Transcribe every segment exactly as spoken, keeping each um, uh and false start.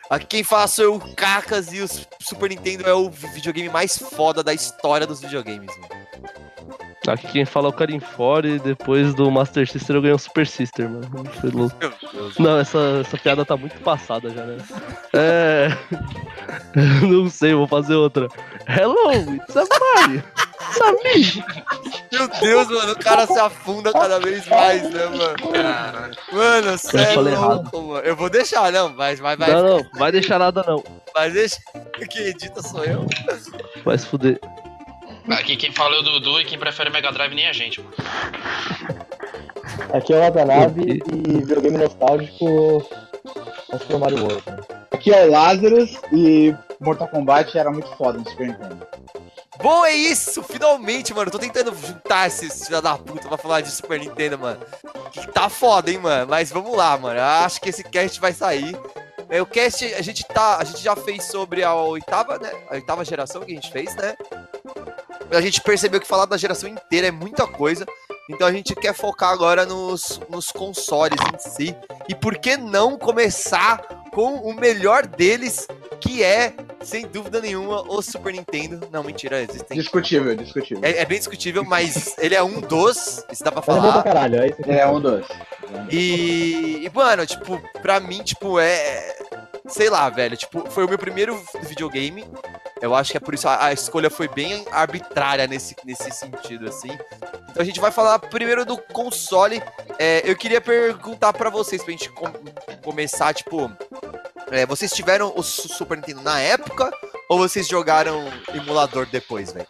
Aqui quem fala sou eu, o Cacas, e o Super Nintendo é o videogame mais foda da história dos videogames, mano. Aqui quem fala é o Carinfora e depois do Master System eu ganhei um Super Sister, mano. Foi louco. Meu Deus. Não, essa, essa piada tá muito passada já, né? É. Não sei, vou fazer outra. Hello, it's a Mario. It's Meu Deus, mano, o cara se afunda cada vez mais, né, mano? Cara, Mano, você é falei louco, mano. Eu vou deixar, não, mas vai, vai. Não, não, vai deixar nada não. Vai deixar. Quem edita sou eu. Vai se fuder. aqui quem fala é o Dudu e quem prefere Mega Drive nem a gente, mano. Aqui é o Watanabe e videogame nostálgico. Acho que é o Mario World. Né? Aqui é o Lazarus e Mortal Kombat era muito foda no Super Nintendo. Bom, é isso, finalmente, mano. Eu tô tentando juntar esses filha da puta pra falar de Super Nintendo, mano. Que tá foda, hein, mano. Mas vamos lá, mano. Eu acho que esse cast vai sair. É, o cast, a gente tá. A gente já fez sobre a oitava, né? A oitava geração que a gente fez, né? A gente percebeu que falar da geração inteira é muita coisa. Então a gente quer focar agora nos, nos consoles em si. E por que não começar com o melhor deles, que é, sem dúvida nenhuma, o Super Nintendo. Não, mentira, existem. Discutível, discutível. É, é bem discutível, mas ele é um dos, isso dá pra Mas é bom pra falar. caralho, é isso que É um dos. E, e, mano, tipo, pra mim, tipo, é... Sei lá, velho, tipo, foi o meu primeiro videogame. Eu acho que é por isso a, a escolha foi bem arbitrária nesse, nesse sentido, assim. Então a gente vai falar primeiro do console. É, eu queria perguntar pra vocês, pra gente com, começar, tipo... É, vocês tiveram o Super Nintendo na época ou vocês jogaram emulador depois, velho?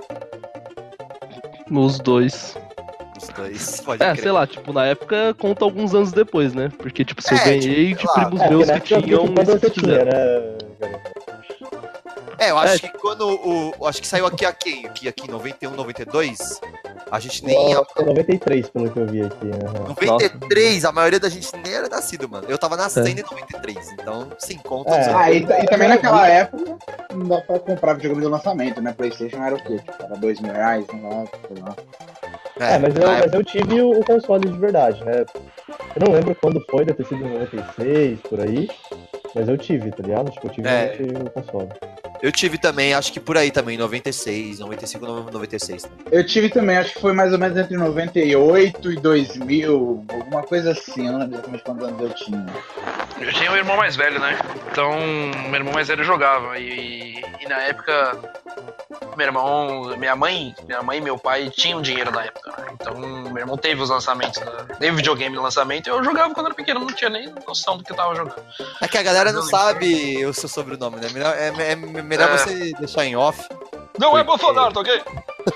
Os dois. Os dois, pode É, crer. sei lá, tipo, na época conta alguns anos depois, né? Porque, tipo, se eu É, ganhei tipo, de sei lá. primos é, meus porque que na época tinham. quando você esses tinha, fizeram. né? É, eu acho É. que quando o... eu Acho que saiu aqui, aqui, aqui, aqui em noventa e um, noventa e dois, a gente nem... Eu acho que é noventa e três, pelo que eu vi aqui. Né? noventa e três, a maioria da gente nem era nascido, mano. Eu tava nascendo em noventa e três, então, sim, conta. É. os Ah, anos. e, e também naquela época não dá pra comprar videogame do lançamento, né? PlayStation era o quê? Tipo, era dois mil reais, sei lá, sei lá. É, mas eu, na mas eu tive o, o console de verdade, né? Eu não lembro quando foi, deve ter sido em noventa e seis, por aí. Mas eu tive, tá ligado? Tipo, eu tive É. realmente o console. Eu tive também, acho que por aí também, noventa e seis, noventa e cinco, noventa e seis. Eu tive também, acho que foi mais ou menos entre noventa e oito e dois mil, alguma coisa assim, eu não lembro exatamente quantos anos eu tinha. Eu tinha um irmão mais velho, né? Então, meu irmão mais velho jogava. E, e na época, meu irmão, minha mãe, minha mãe e meu pai tinham dinheiro na época, né? Então, meu irmão teve os lançamentos, né? Teve videogame no lançamento e eu jogava quando era pequeno, não tinha nem noção do que eu tava jogando. É que a galera não sabe o seu sobrenome, né? Melhor, é, é melhor É. você deixar em off. Não é Porque- Bolsonaro, tá ok?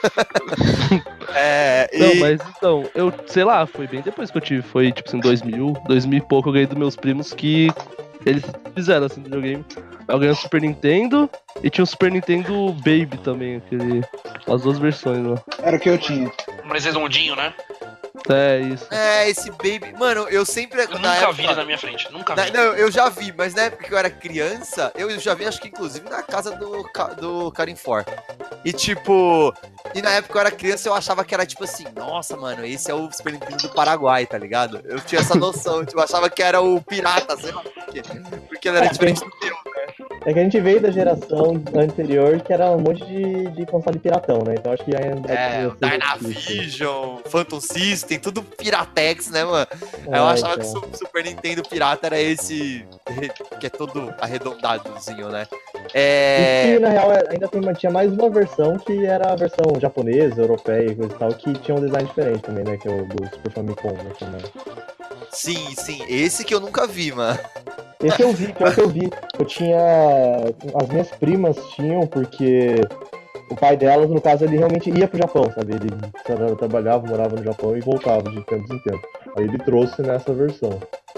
É, e... Não, mas então, eu, sei lá, foi bem depois que eu tive. Foi tipo assim, dois mil, dois mil e pouco eu ganhei dos meus primos que eles fizeram assim videogame. Eu ganhei o Super Nintendo e tinha o Super Nintendo Baby também, aquele. As duas versões lá. Era o que eu tinha. Mas redondinho, né? É isso. É, esse Baby... Mano, eu sempre... Eu na nunca época- vi ele na minha frente, nunca Na- vi. não, eu já vi, mas na época que eu era criança, eu já vi, acho que inclusive na casa do, Ca- do Carinfor. E tipo, e na época que eu era criança, eu achava que era tipo assim, nossa, mano, esse é o Super Nintendo do Paraguai, tá ligado? Eu tinha essa noção, tipo, eu achava que era o pirata, sei lá por quê. Porque ele era É, diferente do meu. É que a gente veio da geração anterior que era um monte de, de console piratão, né? Então acho que ainda. É, o tinha sido difícil. Dynavision, Phantom System, tudo Piratex, né, mano? É, eu achava então. que o Super Nintendo pirata era esse que é todo arredondadozinho, né? É. E que, na real, ainda tem, tinha mais uma versão que era a versão japonesa, europeia e coisa e tal, que tinha um design diferente também, né? Que é o do Super Famicom, né? também. Sim, sim, esse que eu nunca vi, mano. Esse eu vi, pior que eu vi. Eu tinha. As minhas primas tinham, porque o pai delas, no caso, ele realmente ia pro Japão, sabe? Ele tra- trabalhava, morava no Japão e voltava de tempos em tempos. Aí ele trouxe nessa versão.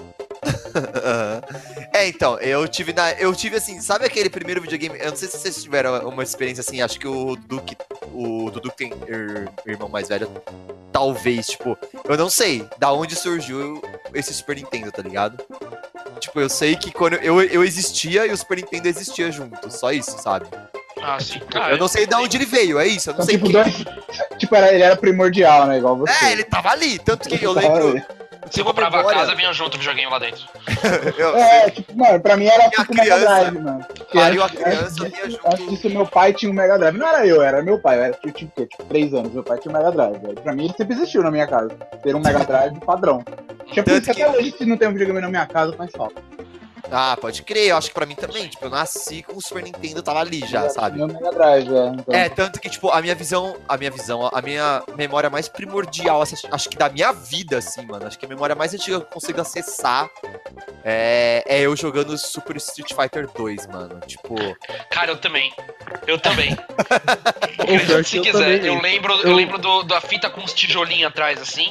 É, então, eu tive na. Eu tive assim, sabe aquele primeiro videogame? Eu não sei se vocês tiveram uma experiência assim, acho que o Duke. O Dudu que tem ir- irmão mais velho. Talvez, tipo, eu não sei da onde surgiu esse Super Nintendo, tá ligado? Tipo, eu sei que quando eu, eu existia e o Super Nintendo existia junto, só isso, sabe? Ah, sim. Ah, Eu não sei de onde ele veio, é isso, eu não Então, sei tipo, quem. dois, tipo era, ele era primordial, né? Igual você. É, ele tava ali, tanto que eu Tava lembro. ali. Você comprava a casa, vinha junto o videogame lá dentro. Eu, É, tipo, mano, pra mim era Minha tipo o Mega criança. Drive, mano. Porque Pariu a antes- criança, antes vinha disso- junto. Antes disso, meu pai tinha um Mega Drive. Não era eu, era meu pai. Eu era, eu tinha o quê? Tipo, três anos. Meu pai tinha um Mega Drive. Aí, pra mim, ele sempre existiu na minha casa. Ter um Mega Drive padrão. Tinha por Tanto isso que que- até hoje, se não tem um videogame na minha casa, faz falta. Ah, pode crer, eu acho que pra mim também. Tipo, eu nasci com o Super Nintendo, tava ali já, sabe? Meu Mega Drive, é. Então. É, tanto que, tipo, a minha visão, a minha visão, a minha memória mais primordial, assim, acho que da minha vida, assim, mano, acho que a memória mais antiga que eu consigo acessar é, é eu jogando Super Street Fighter dois, mano. Tipo, Cara, eu também. Eu também. Pô, Acredite pior se que eu quiser. também. Eu lembro, eu Eu- lembro do, da fita com os tijolinhos atrás, assim.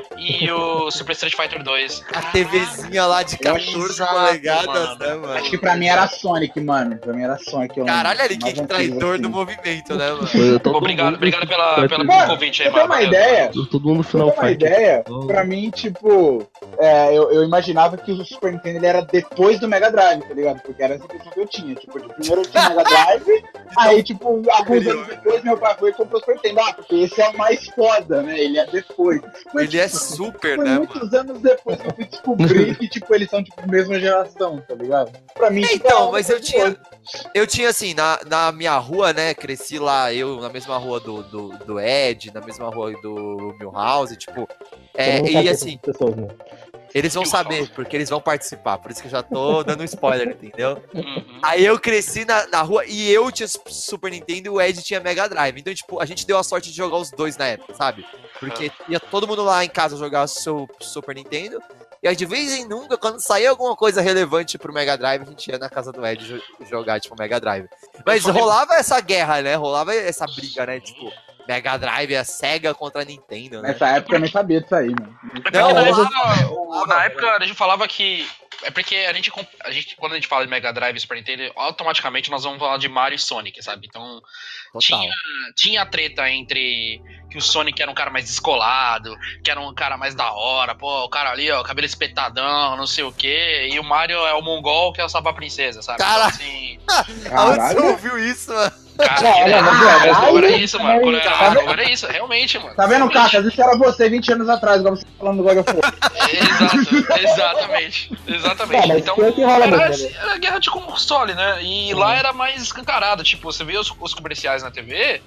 E o Super Street Fighter dois. a TVzinha lá de quatorze Exato, polegadas, mano. né, mano? Acho que pra mim era Sonic, mano. Pra mim era Sonic. eu lembro. Caralho, ali, Mais que antigo, traidor assim. do movimento, né, mano? Foi todo Obrigado, mundo- obrigado pela, Vai pela, ter- pelo Mano, convite aí, pra ter uma mano. ideia, Todo mundo no Pra Final ter uma Fight. ideia, Oh. pra mim, tipo, é, eu, eu imaginava que o Super Nintendo ele era depois do Mega Drive, tá ligado? Porque era essa impressão que eu tinha. Tipo, de primeiro eu tinha o Mega Drive, aí, tipo, alguns anos depois meu pai foi e comprou o Super Nintendo. Ah, porque esse é o mais foda, né? Ele é depois. Mas, Ele é tipo, super, foi né, mano? muitos anos depois que eu fui descobrir que, tipo, eles são, tipo, mesma geração, tá ligado? Pra mim, tipo, Então, é mas uma eu coisa tinha. boa. Eu tinha assim, na, na minha rua, né? Cresci lá, eu na mesma rua do, do, do Ed, na mesma rua do Milhouse, tipo. É, Todo mundo e sabe assim, essas pessoas, né? eles vão saber, porque eles vão participar, por isso que eu já tô dando um spoiler, entendeu? Uhum. Aí eu cresci na, na rua e eu tinha Super Nintendo e o Ed tinha Mega Drive. Então, tipo, a gente deu a sorte de jogar os dois na época, sabe? Porque ia todo mundo lá em casa jogar o seu Super Nintendo. E aí, de vez em nunca, quando saía alguma coisa relevante pro Mega Drive, a gente ia na casa do Ed jo- jogar, tipo, Mega Drive. Mas Eu falei- rolava essa guerra, né? Rolava essa briga, né? Tipo, Mega Drive, a Sega contra a Nintendo, né? Nessa época eu nem sabia disso aí, mano. É porque Não, na, rolava- época, o- rolava, na época a gente falava que. É porque a gente, comp- a gente, quando a gente fala de Mega Drive e Super Nintendo, automaticamente nós vamos falar de Mario e Sonic, sabe? Então, Total. tinha, tinha a treta entre que o Sonic era um cara mais descolado, que era um cara mais da hora, pô, o cara ali, ó, cabelo espetadão, não sei o quê, e o Mario é o mongol que é o Sabá Princesa, sabe? Cara- Então, assim, Aonde você Caralho. ouviu isso, mano? cara, Não, era, não, era, caralho, era isso, mano. Quando era, caralho. quando era isso, realmente, mano. Tá vendo, Realmente. Caca? Isso era você vinte anos atrás, igual você tá falando do God of War. Exato, exatamente. Exatamente. Não, mas então, pior que rola era, mesmo, né? era guerra de console, né? E lá era mais escancarado. Tipo, você vê os, os comerciais na T V.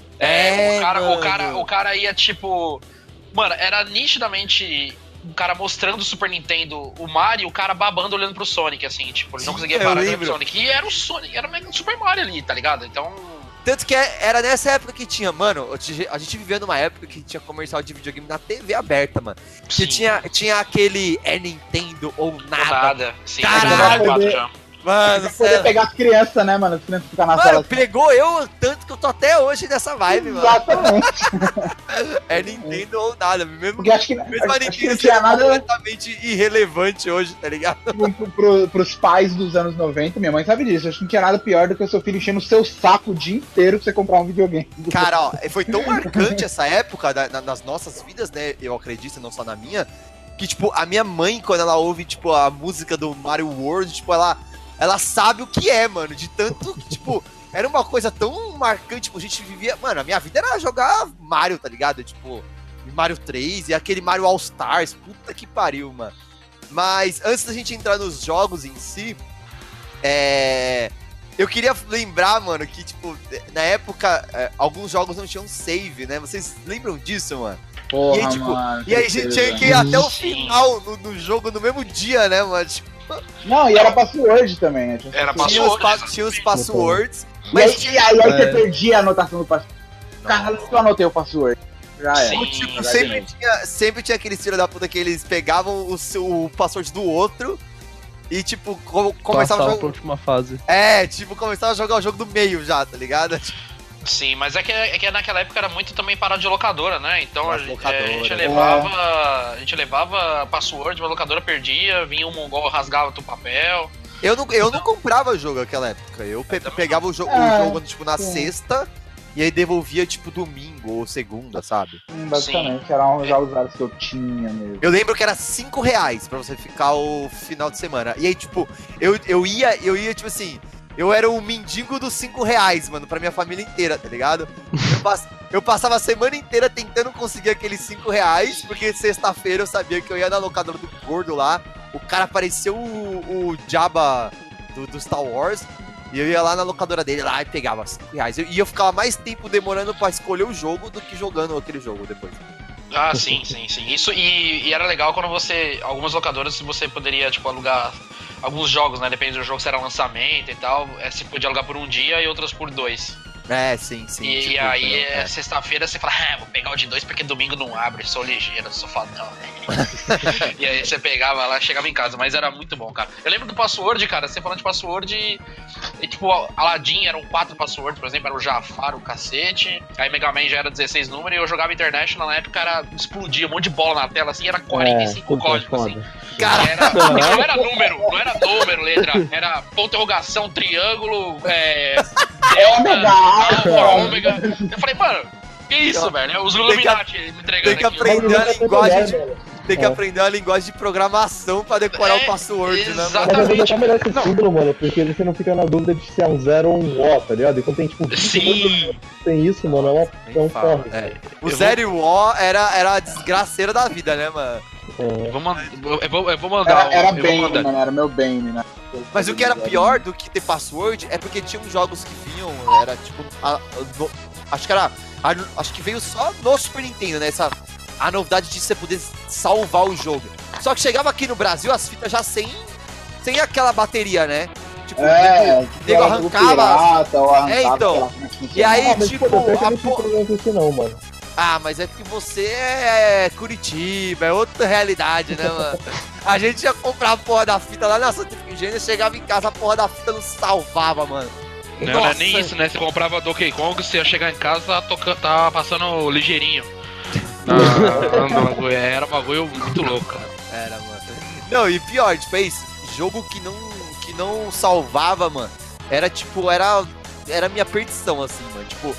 É, É, o, cara, o, mano. cara, o cara ia, tipo. Mano, era nitidamente um cara mostrando o Super Nintendo, o Mario, o cara babando olhando pro Sonic, assim, tipo, ele não Sim, conseguia eu parar de olhar pro lembro. Sonic. E era o Sonic, era o Super Mario ali, tá ligado? Então. Tanto que é- era nessa época que tinha, mano, eu te- a gente vivia numa época que tinha comercial de videogame na T V aberta, mano. Que sim, tinha, tinha aquele é Nintendo ou nada. nada. Sim, Caralho! quatro já. Mano, Pra poder sério. pegar as crianças, né, mano? As crianças ficam na Mano, sala. pegou eu tanto que eu tô até hoje nessa vibe, mano. Exatamente. É Nintendo ou nada. Mesmo, Porque acho que, mesmo a acho, acho que Nintendo não tinha sendo nada completamente irrelevante hoje, tá ligado? pro, pro, pros pais dos anos noventa. Minha mãe sabe disso. Acho que não tinha nada pior do que o seu filho enchendo o seu saco o dia inteiro pra você comprar um videogame. Cara, ó, foi tão marcante essa época da- na- nas nossas vidas, né? Eu acredito, não só na minha. Que, tipo, a minha mãe, quando ela ouve, tipo, a música do Mario World, tipo, ela, ela sabe o que é, mano. De tanto que, tipo, era uma coisa tão marcante. Tipo, a gente vivia. Mano, a minha vida era jogar Mario, tá ligado? Tipo, Mario três e aquele Mario All Stars. Puta que pariu, mano. Mas antes da gente entrar nos jogos em si, é. Eu queria lembrar, mano, que, tipo, na época, é, alguns jogos não tinham save, né? Vocês lembram disso, mano? Porra, E aí, tipo, mano, E aí a gente tristeza. tinha que ir até o Sim. final no, no jogo no mesmo dia, né, mano? Tipo, Não, e era password também, né? Tinha Era password. tinha, os, password, pa- tinha os passwords, E aí, mas e aí, aí É. você perdia a anotação do password. Caralho, eu anotei o password. Já é. Sim. tipo, já sempre, é. tinha, sempre tinha aqueles filhos da puta que eles pegavam o, seu, o password do outro e, tipo, co- começava a Passava jogar. pra última fase. É, tipo, começava a jogar o jogo do meio já, tá ligado? Sim, mas é que, é que naquela época era muito também parado de locadora, né? Então a, Nossa, gente- é, a gente locadora. levava. A gente levava password, a locadora perdia, vinha um mongol, rasgava o papel. Eu não, eu não comprava jogo naquela época. Eu pe- também pegava o, jo É, o jogo, tipo, na sim. sexta e aí devolvia, tipo, domingo ou segunda, sabe? Hum, Basicamente, eram os jogos raros que eu tinha mesmo. Eu lembro que era cinco reais pra você ficar o final de semana. E aí, tipo, eu, eu ia, eu ia, tipo assim, eu era o mendigo dos cinco reais, mano, pra minha família inteira, tá ligado? Eu, pass... eu passava a semana inteira tentando conseguir aqueles cinco reais, porque sexta-feira eu sabia que eu ia na locadora do gordo lá, o cara apareceu o, o Jabba do, do Star Wars, e eu ia lá na locadora dele lá e pegava cinco reais. Eu, e eu ficava mais tempo demorando pra escolher o jogo do que jogando aquele jogo depois. Ah, sim, sim, sim. Isso, e, e era legal quando você... Algumas locadoras você poderia, tipo, alugar alguns jogos, né? Depende do jogo, se era lançamento e tal. É, você podia alugar por um dia e outros por dois. É, sim, sim. E, tipo, e aí, é. é. sexta-feira, você fala, ah, vou pegar o de dois porque domingo não abre, sou ligeiro, sou fodão. E aí você pegava lá, chegava em casa, mas era muito bom, cara. Eu lembro do Password, cara, você falando de Password, e, e tipo, Aladdin eram quatro Passwords, por exemplo, era o Jafar, o cacete, aí Mega Man já era dezesseis números, e eu jogava International na época, era, explodia, um monte de bola na tela, assim, era quarenta e cinco É, códigos, assim. Cara, Era, não era número, não era número, letra, era ponto interrogação, triângulo, é... Ômega, Alfa, ômega. Eu falei, mano, que isso, Tem velho? Os que- Illuminati me entregando tem que aqui. aprender a linguagem de, tem que É. aprender a linguagem de programação pra decorar É, o password, né, mano? Mas às vezes é exatamente. até melhor esse símbolo, mano, porque você não fica na dúvida de se é um zero ou um O, tá ligado? E quando tem tipo vinte Sim. tem isso, mano, é, uma, é um Fala, porre. é. O Eu zero e o O era, era a desgraceira da vida, né, mano? É. Eu vou, man- eu vou, eu vou mandar. Era, era eu vou Bane, mandar. mano, era meu Bane, né? Mas o que era pior do que ter password é porque tinha uns jogos que vinham, era tipo. a- a- no- acho que era. a- acho que veio só no Super Nintendo, né? Essa, a novidade de você poder salvar o jogo. Só que chegava aqui no Brasil as fitas já sem. Sem aquela bateria, né? Tipo, É, nego, nego era jogo arrancava. pirata, ou arrancava, É, então. sei lá como é que funciona. E aí, Ah, mas tipo, pô, eu a não tinha po- problema com isso não, mano. Ah, mas é porque você é Curitiba, é outra realidade, né, mano? A gente ia comprar a porra da fita lá na Santa Efigênia, chegava em casa, a porra da fita não salvava, mano. Não era Nossa. nem isso, né? Você comprava Donkey Kong, você ia chegar em casa, toca, tava passando ligeirinho. Ah, no bagulho. Era um bagulho muito louco, cara. Era, mano. Não, e pior, tipo, é isso. Jogo que não, que não salvava, mano. Era tipo, era, era minha perdição, assim, mano. Tipo,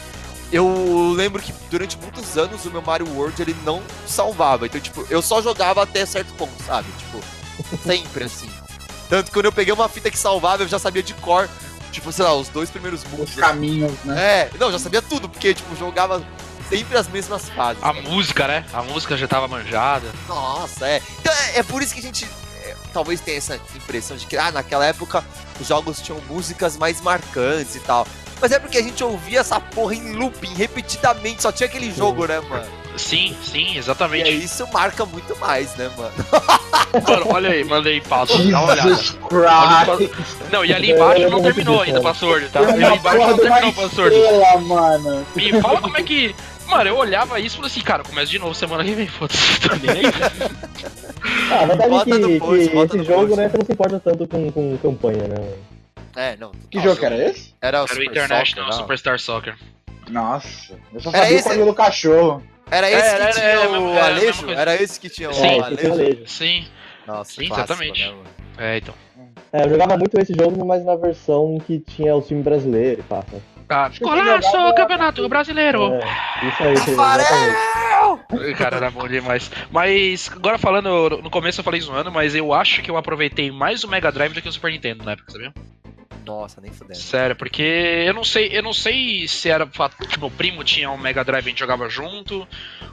eu lembro que durante muitos anos o meu Mario World ele não salvava. Então, tipo, eu só jogava até certo ponto, sabe? Tipo, sempre assim. Tanto que quando eu peguei uma fita que salvava, eu já sabia de cor. Tipo, sei lá, os dois primeiros Os mundos. caminhos, né? É, não, já sabia tudo, porque, tipo, jogava sempre as mesmas fases. A né? música, né? A música já tava manjada. Nossa, é. Então é, é por isso que a gente é, talvez tenha essa impressão de que, ah, naquela época os jogos tinham músicas mais marcantes e tal. Mas é porque a gente ouvia essa porra em looping repetidamente, só tinha aquele jogo, né, mano? Sim, sim, E aí exatamente. isso marca muito mais, né, mano? Mano, olha aí, mandei pauta, dá uma olhada. Jesus Christ! Não, e ali embaixo não terminou ainda o password, tá? Tem Ali uma embaixo porra não de uma terminou o password. estrela, mano. Me fala como é que. Mano, eu olhava isso e falei assim, cara, começa de novo semana que vem, foda-se, tô nem aí. Ah, a verdade é Bota que, no post, que bota esse no jogo, post. né, você não se importa tanto com, com campanha, né? mano? É, não. Que jogo que era esse? Era o Era o Super International Soccer, não? Superstar Soccer. Nossa, eu só Era sabia esse- o código do cachorro. Era esse Era- que era- tinha era a o mesma- era a mesma Alejo? coisa. Era esse que tinha Sim. É, o esse é o Alejo? Alejo. Sim, Nossa, Sim, clássico, exatamente. né, mano? é, então. É, eu jogava muito esse jogo, mas na versão que tinha o time brasileiro e pá. sabe? Ah, Golaço, Campeonato Brasileiro! É, isso aí, isso aí, Tafarel! exatamente. Cara, era bom demais. Mas, agora falando, no começo eu falei zoando, mas eu acho que eu aproveitei mais o Mega Drive do que o Super Nintendo na época, sabia? Nossa, nem fudendo. Sério, porque eu não sei, eu não sei se era fato, tipo, meu primo tinha um Mega Drive e a gente jogava junto,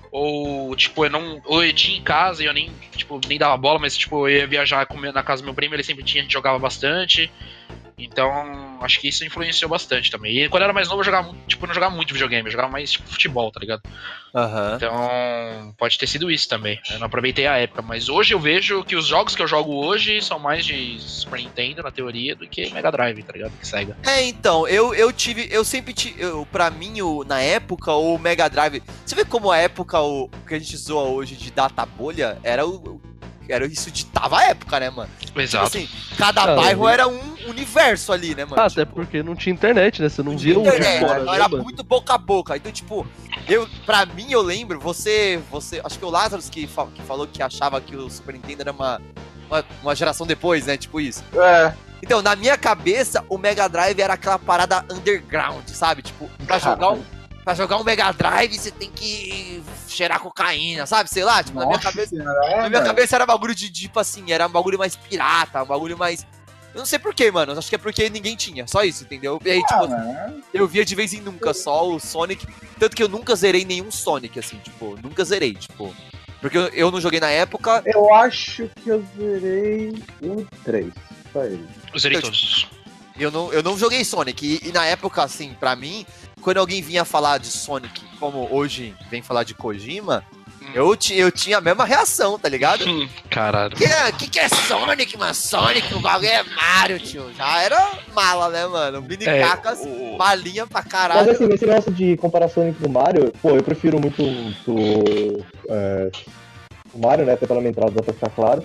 ou tipo, eu não, ou eu tinha em casa e eu nem, tipo, nem dava bola, mas tipo, eu ia viajar com, na casa do meu primo, ele sempre tinha, a gente jogava bastante. Então, acho que isso influenciou bastante também. E quando eu era mais novo, eu jogava, mu- tipo, eu não jogava muito videogame, eu jogava mais tipo, futebol, tá ligado? Aham. Então, pode ter sido isso também. Eu não aproveitei a época, mas hoje eu vejo que os jogos que eu jogo hoje são mais de Super Nintendo, na teoria, do que Mega Drive, tá ligado? Que Sega. É, então, eu, eu tive, eu sempre tive, eu, pra mim, o, na época, o Mega Drive, você vê como a época, o, o que a gente zoa hoje de data bolha, era o, era isso ditava a época, né, mano? Tipo Exato. assim, cada Ah, bairro eu- era um universo ali, né, mano? Ah, até Tipo, porque não tinha internet, né? Você não não via tinha o internet, fora, então né, era mano? muito boca a boca. Então, tipo, eu, pra mim, eu lembro, você, você, acho que o Lazarus que, fa- que falou que achava que o Super Nintendo era uma, uma, uma geração depois, né, tipo isso. É, Então, na minha cabeça, o Mega Drive era aquela parada underground, sabe? Tipo, pra jogar um, pra jogar um Mega Drive, você tem que cheirar cocaína, sabe? Sei lá, tipo, na minha nossa cabeça. senhora, é, Na minha velho. cabeça era bagulho de, tipo assim, era um bagulho mais pirata, um bagulho mais. Eu não sei porquê, mano. Eu acho que é porque ninguém tinha. Só isso, entendeu? E aí, Ah, tipo, mano. eu via de vez em nunca só o Sonic. Tanto que eu nunca zerei nenhum Sonic, assim, tipo, nunca zerei, tipo. Porque eu, eu não joguei na época. Eu acho que eu zerei o três. Só ele. Eu zerei Eu- todos. Eu não, eu não joguei Sonic. E, e na época, assim, pra mim, quando alguém vinha falar de Sonic, como hoje vem falar de Kojima, eu, ti, eu tinha a mesma reação, tá ligado? Hum, Caralho. Que, é- que que é Sonic, mano? Sonic, o bagulho é Mario, tio. Já era mala, né, mano? Mini É, cacas, o- malinha pra Mas caralho. assim, nesse negócio de comparação entre o Mario, pô, eu prefiro muito o, é, o Mario, né? Até pela minha entrada, dá pra ficar claro.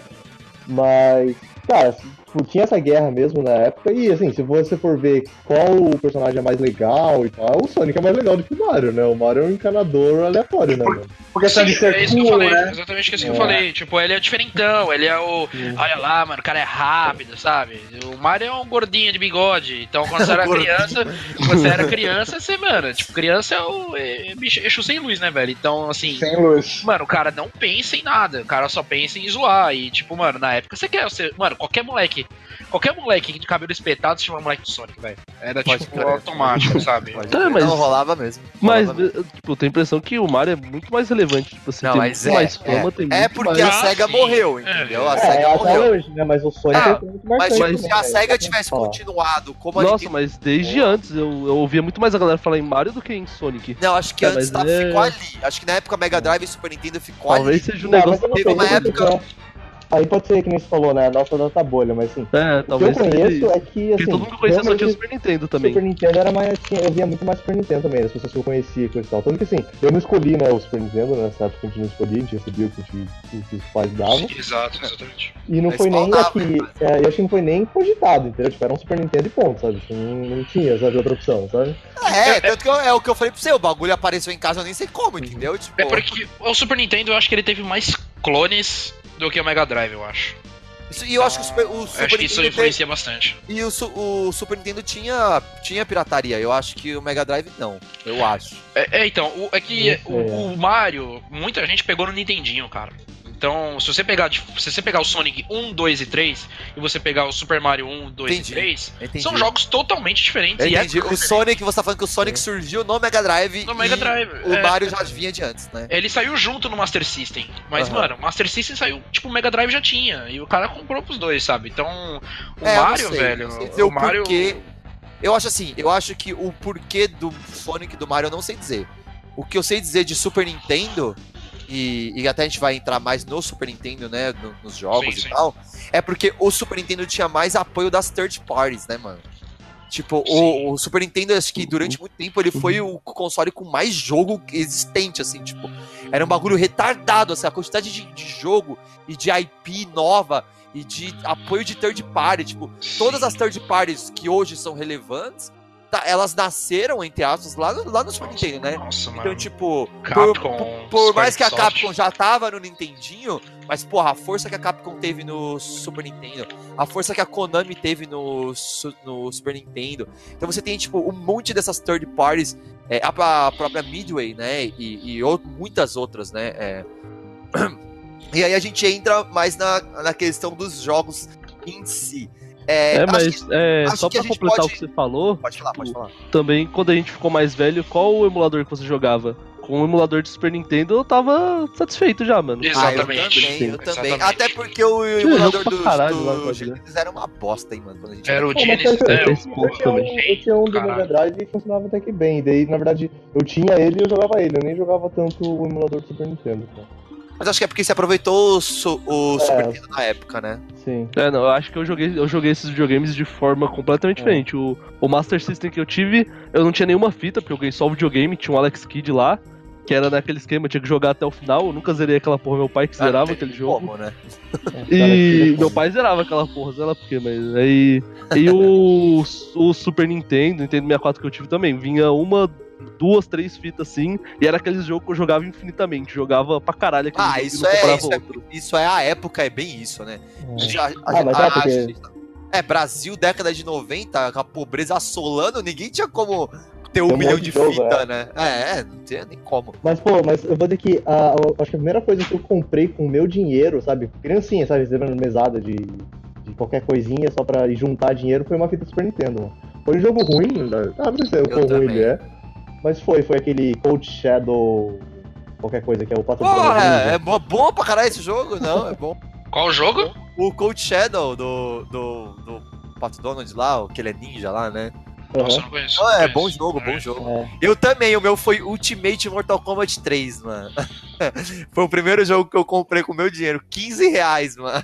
Mas, cara, tipo, tinha essa guerra mesmo na época, e assim, se você for ver qual o personagem é mais legal e tal, o Sonic é mais legal do que o Mario, né? O Mario é um encanador aleatório, né, mano? Porque Sim, só de ser é isso que eu cool, falei, né? exatamente isso que É. eu falei. Tipo, ele é diferentão, ele é o. Olha lá, mano, o cara é rápido, sabe? O Mario é um gordinho de bigode. Então, quando você era Gordinho. criança, quando você era criança, você, mano, tipo, criança é o é, é bicho, eixo sem luz, né, velho? Então, assim. Sem luz. Mano, o cara não pensa em nada, o cara só pensa em zoar. E, tipo, mano, na época você quer. Você, mano, qualquer moleque. Qualquer moleque de cabelo espetado se chama moleque do Sonic, velho. Era Pode tipo crer. automático, sabe? Pode Tá, crer. mas- Não, rolava mesmo. Mas, Rolava mesmo. eh, tipo, eu tenho a impressão que o Mario é muito mais relevante. Tipo assim, Não, tem mas muito é, mais fama, tem É muito porque mais... a Ah, SEGA sim. morreu, entendeu? A É, SEGA é até morreu. hoje, né? Mas o Sonic Ah, é muito Mas marcante. tipo, né, se a velho? SEGA tivesse Falar. continuado como a Nossa, Nintendo... mas desde antes eu, eu ouvia muito mais a galera falar em Mario do que em Sonic. Não, acho que É, antes mas tá, é- ficou ali. Acho que na época Mega Drive e Super Nintendo ficou Talvez ali. seja um Não, mas negócio... eu não teve sei, uma eu não sei, época- né? Aí pode ser que nem você falou, né? A nossa data bolha, mas assim. É, O que eu talvez seja conheço isso. é que, Porque assim. todo mundo conhecia só tinha o realmente, Super Nintendo também. Super Nintendo era mais. Tinha, eu via muito mais Super Nintendo também, as pessoas que eu conhecia, coisa e tal. Tanto que assim, eu não escolhi, né, o Super Nintendo, nessa época a gente não escolhia, a gente recebia o que, a gente, o que os pais davam. Exato, exatamente. E não Mas foi nem faltava, aqui. É, eu acho que não foi nem cogitado, entendeu? Tipo, era um Super Nintendo e ponto, sabe? Assim, não, não tinha, sabe, outra opção, sabe? É, tanto que eu- é o que eu falei pra você, o bagulho apareceu em casa, eu nem sei como, entendeu? Tipo, É porque o Super Nintendo eu acho que ele teve mais clones do que o Mega Drive, eu acho. isso- e eu acho que o Super, o Eu Super acho que isso Nintendo influencia bastante. e o, Su- o Super Nintendo tinha, tinha pirataria, eu acho que o Mega Drive não, eu acho. É, é, então, o- é que Não sei, o, o Mario, muita gente pegou no Nintendinho, cara. Então, se você pegar, tipo, se você pegar o Sonic um, dois e três e você pegar o Super Mario um, dois Entendi, e três, entendi. são jogos totalmente diferentes. Eu e entendi. épocas O Sonic, você tá falando que o Sonic surgiu no Mega Drive No Mega e Drive, o é. Mario já vinha de antes, né? Ele saiu junto no Master System. Mas, Aham. mano, o Master System saiu, tipo, o Mega Drive já tinha. E o cara comprou pros dois, sabe? Então, o É, eu não Mario, sei, velho. não sei dizer O o Mario. porquê. Eu acho assim, eu acho que o porquê do Sonic e do Mario eu não sei dizer. O que eu sei dizer de Super Nintendo, e, e até a gente vai entrar mais no Super Nintendo, né, no- nos jogos Sim, e sim. tal, é porque o Super Nintendo tinha mais apoio das third parties, né, mano? Tipo, Sim. o, o Super Nintendo, acho que durante muito tempo ele foi o console com mais jogo existente, assim, tipo, era um bagulho retardado, assim, a quantidade de, de jogo e de I P nova e de apoio de third party, tipo, todas as third parties que hoje são relevantes, tá, elas nasceram, entre aspas, lá, no- lá no Super Nintendo, né? Nossa, mano. Então, tipo, por, Capcom, por- por mais que a Squaresoft. Capcom já tava no Nintendinho, mas, porra, a força que a Capcom teve no Super Nintendo, a força que a Konami teve no, Su- no Super Nintendo. Então você tem, tipo, um monte dessas third parties, é, a, a própria Midway, né, e, e ou- muitas outras, né, é. E aí a gente entra mais na, na questão dos jogos em si. É, É, acho mas que- é, acho só que a pra gente completar pode- o que você falou, Pode falar, pode falar. também quando a gente ficou mais velho, qual o emulador que você jogava? Com o emulador de Super Nintendo eu tava satisfeito já, mano. Exatamente. Ah, eu também, eu também. Exatamente. Até porque o Tinha emulador jogo pra do, caralho lá, do bagulho. Genesis era uma bosta, hein, mano. Quando a gente Era o Pô, mas Genesis, eu- né? eu- O- eu- Eu tinha um, eu tinha um do Caralho. Mega Drive e funcionava até que bem. E daí, na verdade, eu tinha ele e eu jogava ele. Eu nem jogava tanto o emulador do Super Nintendo, cara. Mas acho que é porque você aproveitou o, su- o É. Super Nintendo na época, né? Sim. É, não, eu acho que eu joguei, eu joguei esses videogames de forma completamente É. diferente. O, o Master System que eu tive, eu não tinha nenhuma fita, porque eu ganhei só o videogame, tinha um Alex Kidd lá, que era naquele esquema, eu tinha que jogar até o final, eu nunca zerei aquela porra, meu pai que Ah, zerava não aquele tem jogo. como, né? E meu pai zerava aquela porra, sei lá por quê, mas aí. E o, o Super Nintendo, Nintendo sessenta e quatro que eu tive também, vinha uma, duas, três fitas assim, e era aqueles jogos que eu jogava infinitamente, jogava pra caralho aquele Ah, jogo e isso não é, comprava isso, é, outro. isso é a época, é bem isso, né? A gente- a- a- Ah, mas a- é porque- a gente- é, Brasil, década de noventa, com a pobreza assolando, ninguém tinha como ter um Tem um milhão monte de de jogo, fita, né? É, é, não tinha nem como. Mas, pô, mas eu vou dizer que a, eu acho que a primeira coisa que eu comprei com o meu dinheiro, sabe? Criancinha, sabe? Você lembra mesada de, de de qualquer coisinha só pra juntar dinheiro, foi uma fita Super Nintendo, mano. Foi um jogo ruim, né? Ah, não sei o quão ruim ele é. Mas foi, foi aquele Cold Shadow, qualquer coisa, que é o Pato Porra, é, é bom, bom pra caralho esse jogo? Não, é bom. Qual o jogo? O Cold Shadow do, do, do Pato Donald lá, o que ele é ninja lá, né? Nossa, eu não conheço. Não, não é conheço. bom jogo, bom jogo. É. Eu também, o meu foi Ultimate Mortal Kombat três, mano. Foi o primeiro jogo que eu comprei com meu dinheiro, quinze reais, mano.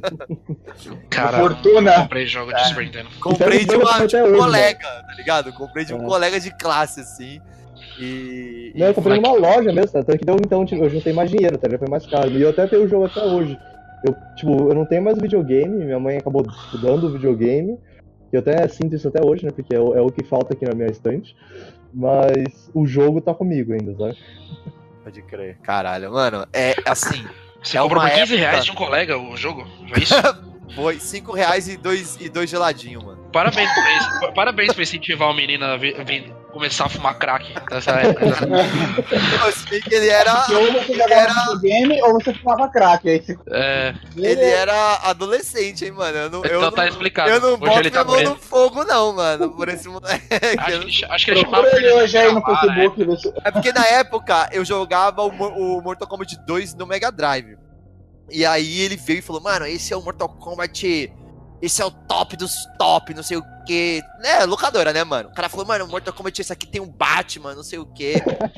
Cara, Fortuna. eu comprei jogo de Super Nintendo. Comprei de, uma, de Até um hoje, colega, tá ligado? Comprei de um É. colega de classe, assim. E. Não, eu comprei e- numa loja mesmo, tá? Tanto que deu, então, tipo, eu juntei mais dinheiro, tá? Já foi mais caro. E eu até tenho o jogo até hoje. Eu, tipo, eu não tenho mais videogame, minha mãe acabou dando o videogame. Eu até sinto isso até hoje, né? Porque é o, é o que falta aqui na minha estante. Mas o jogo tá comigo ainda, sabe? Pode crer. Caralho, mano, é assim. Você É comprou uma por quinze época- reais de um colega o jogo? Foi isso? Foi cinco reais e dois, e dois geladinhos, mano. Parabéns por isso. Parabéns por incentivar o menino a vir, vir começar a fumar crack nessa época. Eu sei que ele era. Porque ou você Ele jogava era, videogame ou você fumava crack. Aí você... É, ele era adolescente, hein, mano. Eu não, eu então tá não, explicado. eu não Hoje boto ele tá minha mão preso. no fogo, não, mano, por esse moleque. Acho Eu que ele, acho que ele chamava Procura ele ele hoje aí no gravar, né? Facebook. Ver se... É porque na época eu jogava o, Mo- o Mortal Kombat dois no Mega Drive. E aí ele veio e falou, mano, esse é o Mortal Kombat. Esse é o top dos top, não sei o que. É, locadora, né, mano? O cara falou, mano, Mortal Kombat, esse aqui tem um Batman, não sei o que.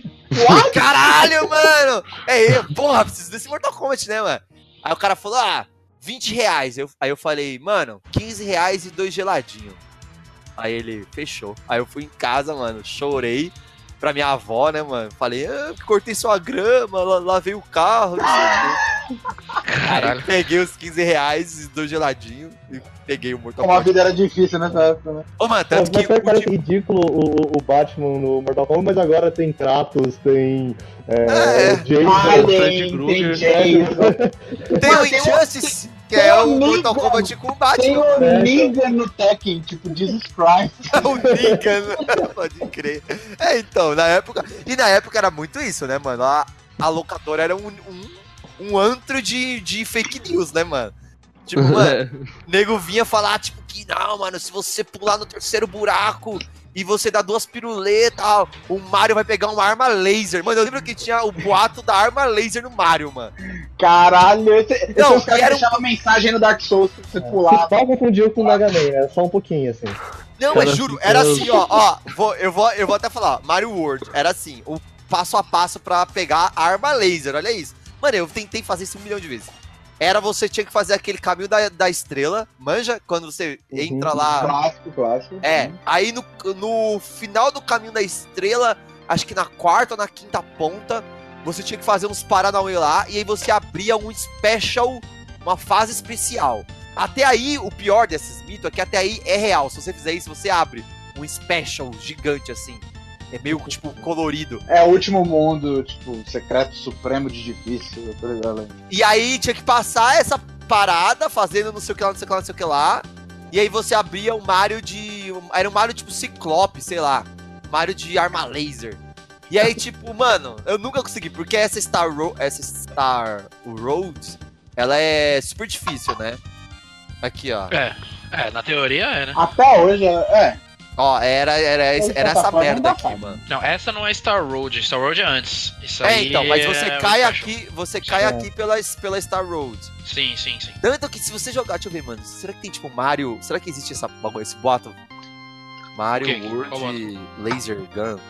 Caralho, mano! É, eu, porra, preciso desse Mortal Kombat, né, mano? Aí o cara falou, ah, vinte reais. Eu, aí eu falei, mano, quinze reais e dois geladinhos. Aí ele, fechou. Aí eu fui em casa, mano, chorei pra minha avó, né, mano? Falei, ah, cortei sua grama, la- lavei o carro, não sei o quê. Caralho. Aí peguei os quinze reais e dois geladinhos e peguei o Mortal Como a Kombat. vida era difícil nessa época, né? Ô, mano, Mas tanto que parece, o parece último- ridículo o, o Batman no Mortal Kombat, mas agora tem Kratos, tem é, É. Jason. Alien, Fred tem Krueger. Jason, tem o Mano, tem um- Injustice, que tem é um o amigo, Mortal Kombat com o tem Batman. o É, Negan no Tekken, tipo, Jesus Christ. O Negan, pode crer. É, então, na época. E na época era muito isso, né, mano? A, a locadora era um, um, um antro de, de fake news, né, mano? Tipo, mano, o nego vinha falar, tipo, que não, mano, se você pular no terceiro buraco e você dá duas piruletas, tal, o Mario vai pegar uma arma laser. Mano, eu lembro que tinha o boato da arma laser no Mario, mano. Caralho, esse, Não, esse cara era um- deixava mensagem no Dark Souls pra você pular. Só confundiu com o Mega Man, né? Só um pouquinho, assim. Não, Cara, mas juro, fica- era assim, ó, ó, vou, eu, vou, eu vou até falar, Mario World, era assim, o passo a passo pra pegar a arma laser, olha isso. Mano, eu tentei fazer isso um milhão de vezes. Era você tinha que fazer aquele caminho da, da estrela, manja? Quando você Uhum. entra lá. Clássico, clássico. É, aí no, no final do caminho da estrela, acho que na quarta ou na quinta ponta, você tinha que fazer uns Paranauê lá, e aí você abria um special, uma fase especial. Até aí, o pior desses mitos é que até aí é real. Se você fizer isso, você abre um special gigante assim. É meio, tipo, colorido. É o último mundo, tipo, secreto supremo de difícil. Eu tô ligado aí. E aí tinha que passar essa parada, fazendo não sei o que lá, não sei o que lá, não sei o que lá. E aí você abria um Mario de... Era um Mario tipo Ciclope, sei lá. Mario de arma laser. E aí, tipo, mano, eu nunca consegui, porque essa Star, Ro essa Star Road, ela é super difícil, né? Aqui, ó. É, é, na teoria é, né? Até hoje, é. Ó, era, era, esse- era essa Plataforma merda não aqui, dá pra- mano. Não, essa não é Star Road. Star Road é antes. Isso É, aí então, mas você é o cai special. aqui, você cai É. aqui pela, pela Star Road. Sim, sim, sim. Tanto que se você jogar, deixa eu ver, mano. Será que tem tipo Mario. Será que existe essa, bagulho, esse boato? Mario O quê? Qual World Laser Gun.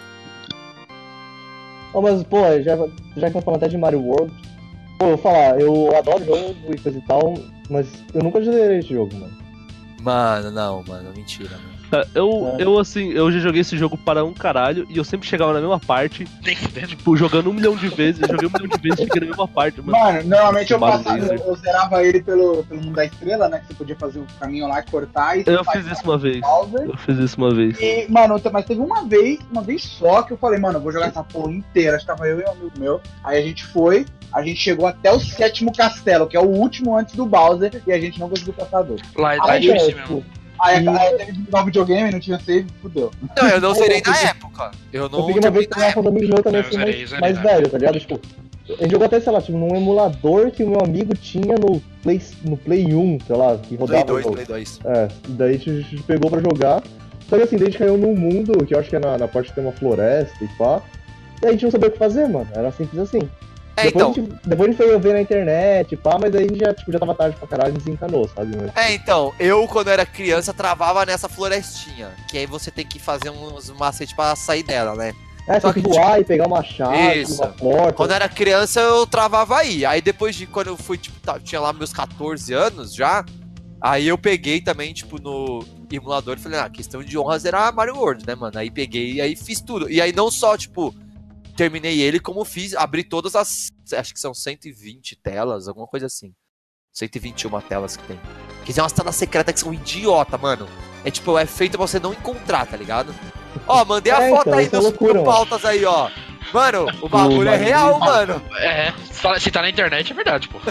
Oh, mas, pô, já, já que eu falando até de Mario World, pô, eu vou falar, eu adoro jogo e coisa e tal, mas eu nunca zerei esse jogo, mano. Mano, não, mano, mentira, mano. É, Eu, É. eu, assim, eu já joguei esse jogo para um caralho e eu sempre chegava na mesma parte, Nem fudendo. tipo, jogando um milhão de vezes. Eu joguei um milhão de vezes e fiquei na mesma parte, mano. Mano, normalmente eu Mario passava, Laser. eu, eu zerava ele pelo, pelo mundo da estrela, né? Que você podia fazer o caminho lá e cortar e Eu você fiz faz isso uma vez. Bowser. Eu fiz isso uma vez. E, mano, mas teve uma vez, uma vez só que eu falei, mano, eu vou jogar essa porra inteira. Acho que tava eu e um amigo meu. Aí a gente foi, a gente chegou até o sétimo castelo, que é o último antes do Bowser, e a gente não conseguiu passar dois. Lá, lá é Aí, difícil é, mesmo. Aí, E- aí teve que jogar o videogame, não tinha save, fudeu. Não, eu não zerei na eu- época. Eu Eu não peguei uma vez joguei que na eu tava com os amigos meus também, Eu assim, zerei, mais, zerei, mais né? velho, tá ligado? Tipo, A gente jogou até, sei lá, tipo, num emulador que o meu amigo tinha no Play, no Play um, sei lá, que rodava. Play dois, no... Play dois. É, daí a gente pegou pra jogar. Só que assim, daí a gente caiu num mundo que eu acho que é na, na parte que tem uma floresta e pá. E a gente não sabia o que fazer, mano. Era simples assim. É, depois, então. a gente, depois a gente foi ver na internet e pá, mas aí a gente já, tipo, já tava tarde pra caralho e desencanou, sabe? Mas... É, então, eu quando era criança travava nessa florestinha. Que aí você tem que fazer uns macetes pra sair dela, né? É, Só tem que que, voar e pegar uma chave, Isso. uma porta. Quando eu era criança eu travava aí. Aí depois de quando eu fui, tipo, tá- tinha lá meus catorze anos já. Aí eu peguei também, tipo, no emulador e falei, ah, questão de honra zerar Mario World, né, mano? Aí peguei e aí fiz tudo. E aí não só, tipo, terminei ele, como fiz, abri todas as, acho que são cento e vinte telas, alguma coisa assim. cento e vinte e uma telas que tem. Que tem umas telas secretas que são idiota, mano. É tipo, é feito pra você não encontrar, tá ligado? Ó, mandei a É, foto então, aí isso é nos loucura, no mano. pautas aí, ó. Mano, o bagulho é Mario real, mano. É, se tá- se tá na internet é verdade, pô. É,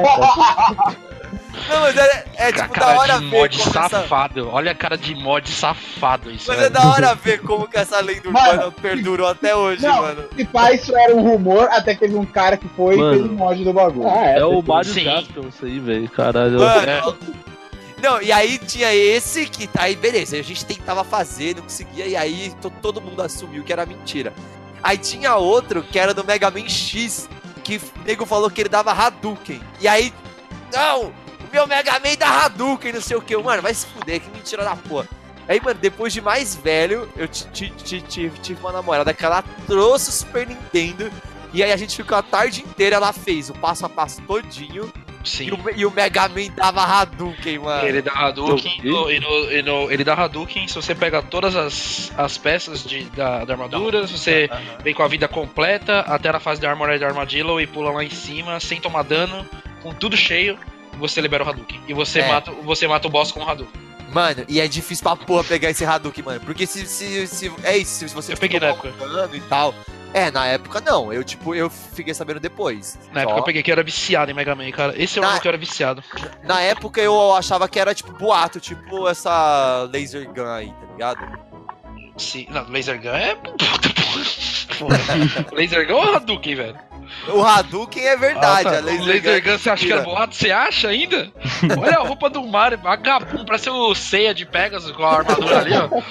tá. Não, mas é, é tipo, da Cara hora de ver mod como essa... safado. Olha a cara de mod safado isso, Mas é velho. da hora ver como que essa lenda Mano, urbana perdurou até hoje, Não, mano. se pá, isso era um rumor, até que teve um cara que foi Mano. e fez um mod do bagulho. Ah, é, É o perfeito. Mario Sim. Jaspion isso aí, velho. Caralho. Mano, É. não, e aí tinha esse que, aí beleza, a gente tentava fazer, não conseguia, e aí to- todo mundo assumiu que era mentira. Aí tinha outro que era do Mega Man X, que o nego falou que ele dava Hadouken. E aí, não, o meu Mega Man dá Hadouken, não sei o que. Mano, vai se fuder, que mentira da porra. Aí, mano, depois de mais velho, eu ti- ti- ti- tive tive uma namorada que ela trouxe o Super Nintendo. E aí a gente ficou a tarde inteira, ela fez o passo a passo todinho. E Sim. o, e o Mega Man dava Hadouken, mano. Ele dá Hadouken Eu- no- e no, e no- ele dá Hadouken se você pega todas as, as peças de, da, da armadura, se você vem com a vida completa até na fase da Armored Armadillo e pula lá em cima sem tomar dano, com tudo cheio, você libera o Hadouken. E você, É. mata, você mata o boss com o Hadouken. Mano, e é difícil pra porra pegar esse Hadouken, mano. Porque se, se, se é isso, se você Eu peguei na tomar um dano e tal. É, na época não. Eu, tipo, eu fiquei sabendo depois. Na Só. época eu peguei que eu era viciado em Mega Man, cara. Esse é o Na- jogo que eu era viciado. Na época eu achava que era, tipo, boato, tipo essa laser gun aí, tá ligado? Sim. Não, Laser Gun é. Puta porra. Laser Gun ou Hadouken, velho? O Hadouken é verdade, Ah, tá. a laser, O Laser gun, Gun você acha que era mentira. boato? Você acha ainda? Olha a roupa do Mario, vagabundo, parece o Seiya de Pegasus com a armadura ali, ó.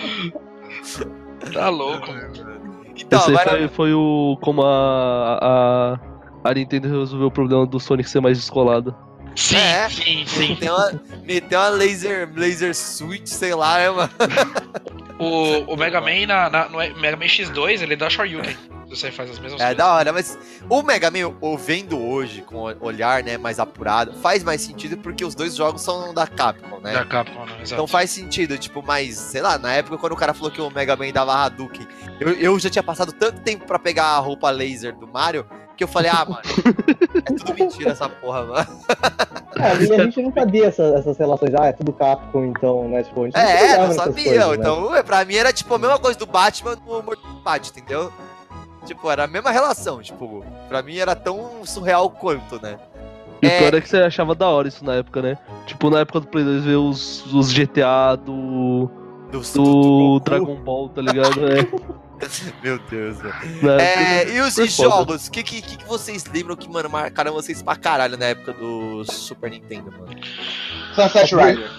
Tá louco, mano. Então, Esse aí agora... foi, foi o. Como a, a. A Nintendo resolveu o problema do Sonic ser mais descolado. Sim, É. sim, sim. Meteu uma, meteu uma laser, laser switch, sei lá, né, mano? O, o Mega Man na, na- no Mega Man X dois, ele dá Shoryuken. Você faz as mesmas É coisas. da hora, mas o Mega Man, eu vendo hoje, com o olhar, né, mais apurado, faz mais sentido porque os dois jogos são da Capcom, né? Da Capcom, né? Exato. Então faz sentido, tipo, mas, sei lá, na época quando o cara falou que o Mega Man dava Hadouken, eu, eu já tinha passado tanto tempo pra pegar a roupa laser do Mario, que eu falei, ah, mano, é tudo mentira essa porra, mano. É, e a gente não sabia essa- essas relações, ah, é tudo Capcom, então, né, tipo, a gente não É, ligava não nessas sabia, coisas, né? então é, pra mim era tipo a mesma coisa do Batman no Mortal Kombat, entendeu? Tipo, era a mesma relação, tipo, pra mim era tão surreal quanto, né? E É. o pior é que você achava da hora isso na época, né? Tipo, na época do Play dois ver os, os G T A do. Do, do Goku. Dragon Ball, tá ligado? É. Meu Deus, velho. Na É, época- e os foi foda. jogos? O que, que, que vocês lembram que, mano, marcaram vocês pra caralho na época do Super Nintendo, mano? Sunset Rider.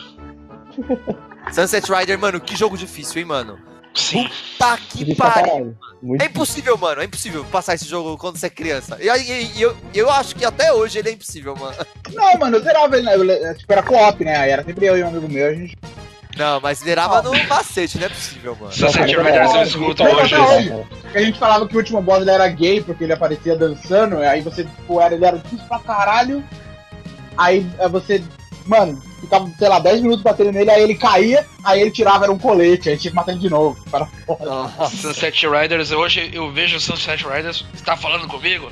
Sunset Rider, mano, que jogo difícil, hein, mano? Sim. Tá que Difícil pra pariu. caralho. Muito É impossível, mano, é impossível passar esse jogo quando você é criança. E, e- e eu, eu acho que até hoje ele é impossível, mano. Não, mano, eu zerava ele, né? Eu, le- tipo, era co-op, né? Aí era sempre eu e um amigo meu, a gente. Não, mas zerava no macete, não é possível, mano. Sunset Não, Riders eu não, escuto não, hoje. não, não. É, Porque a gente falava que o último boss ele era gay porque ele aparecia dançando, aí você, tipo, era, ele era difícil pra caralho. Aí é, você, mano, ficava, sei lá, dez minutos batendo nele, aí ele caía, aí ele tirava, era um colete, aí tinha que matar ele de novo. Para fora. Nossa. Sunset Riders, hoje eu vejo Sunset Riders. Você tá falando comigo?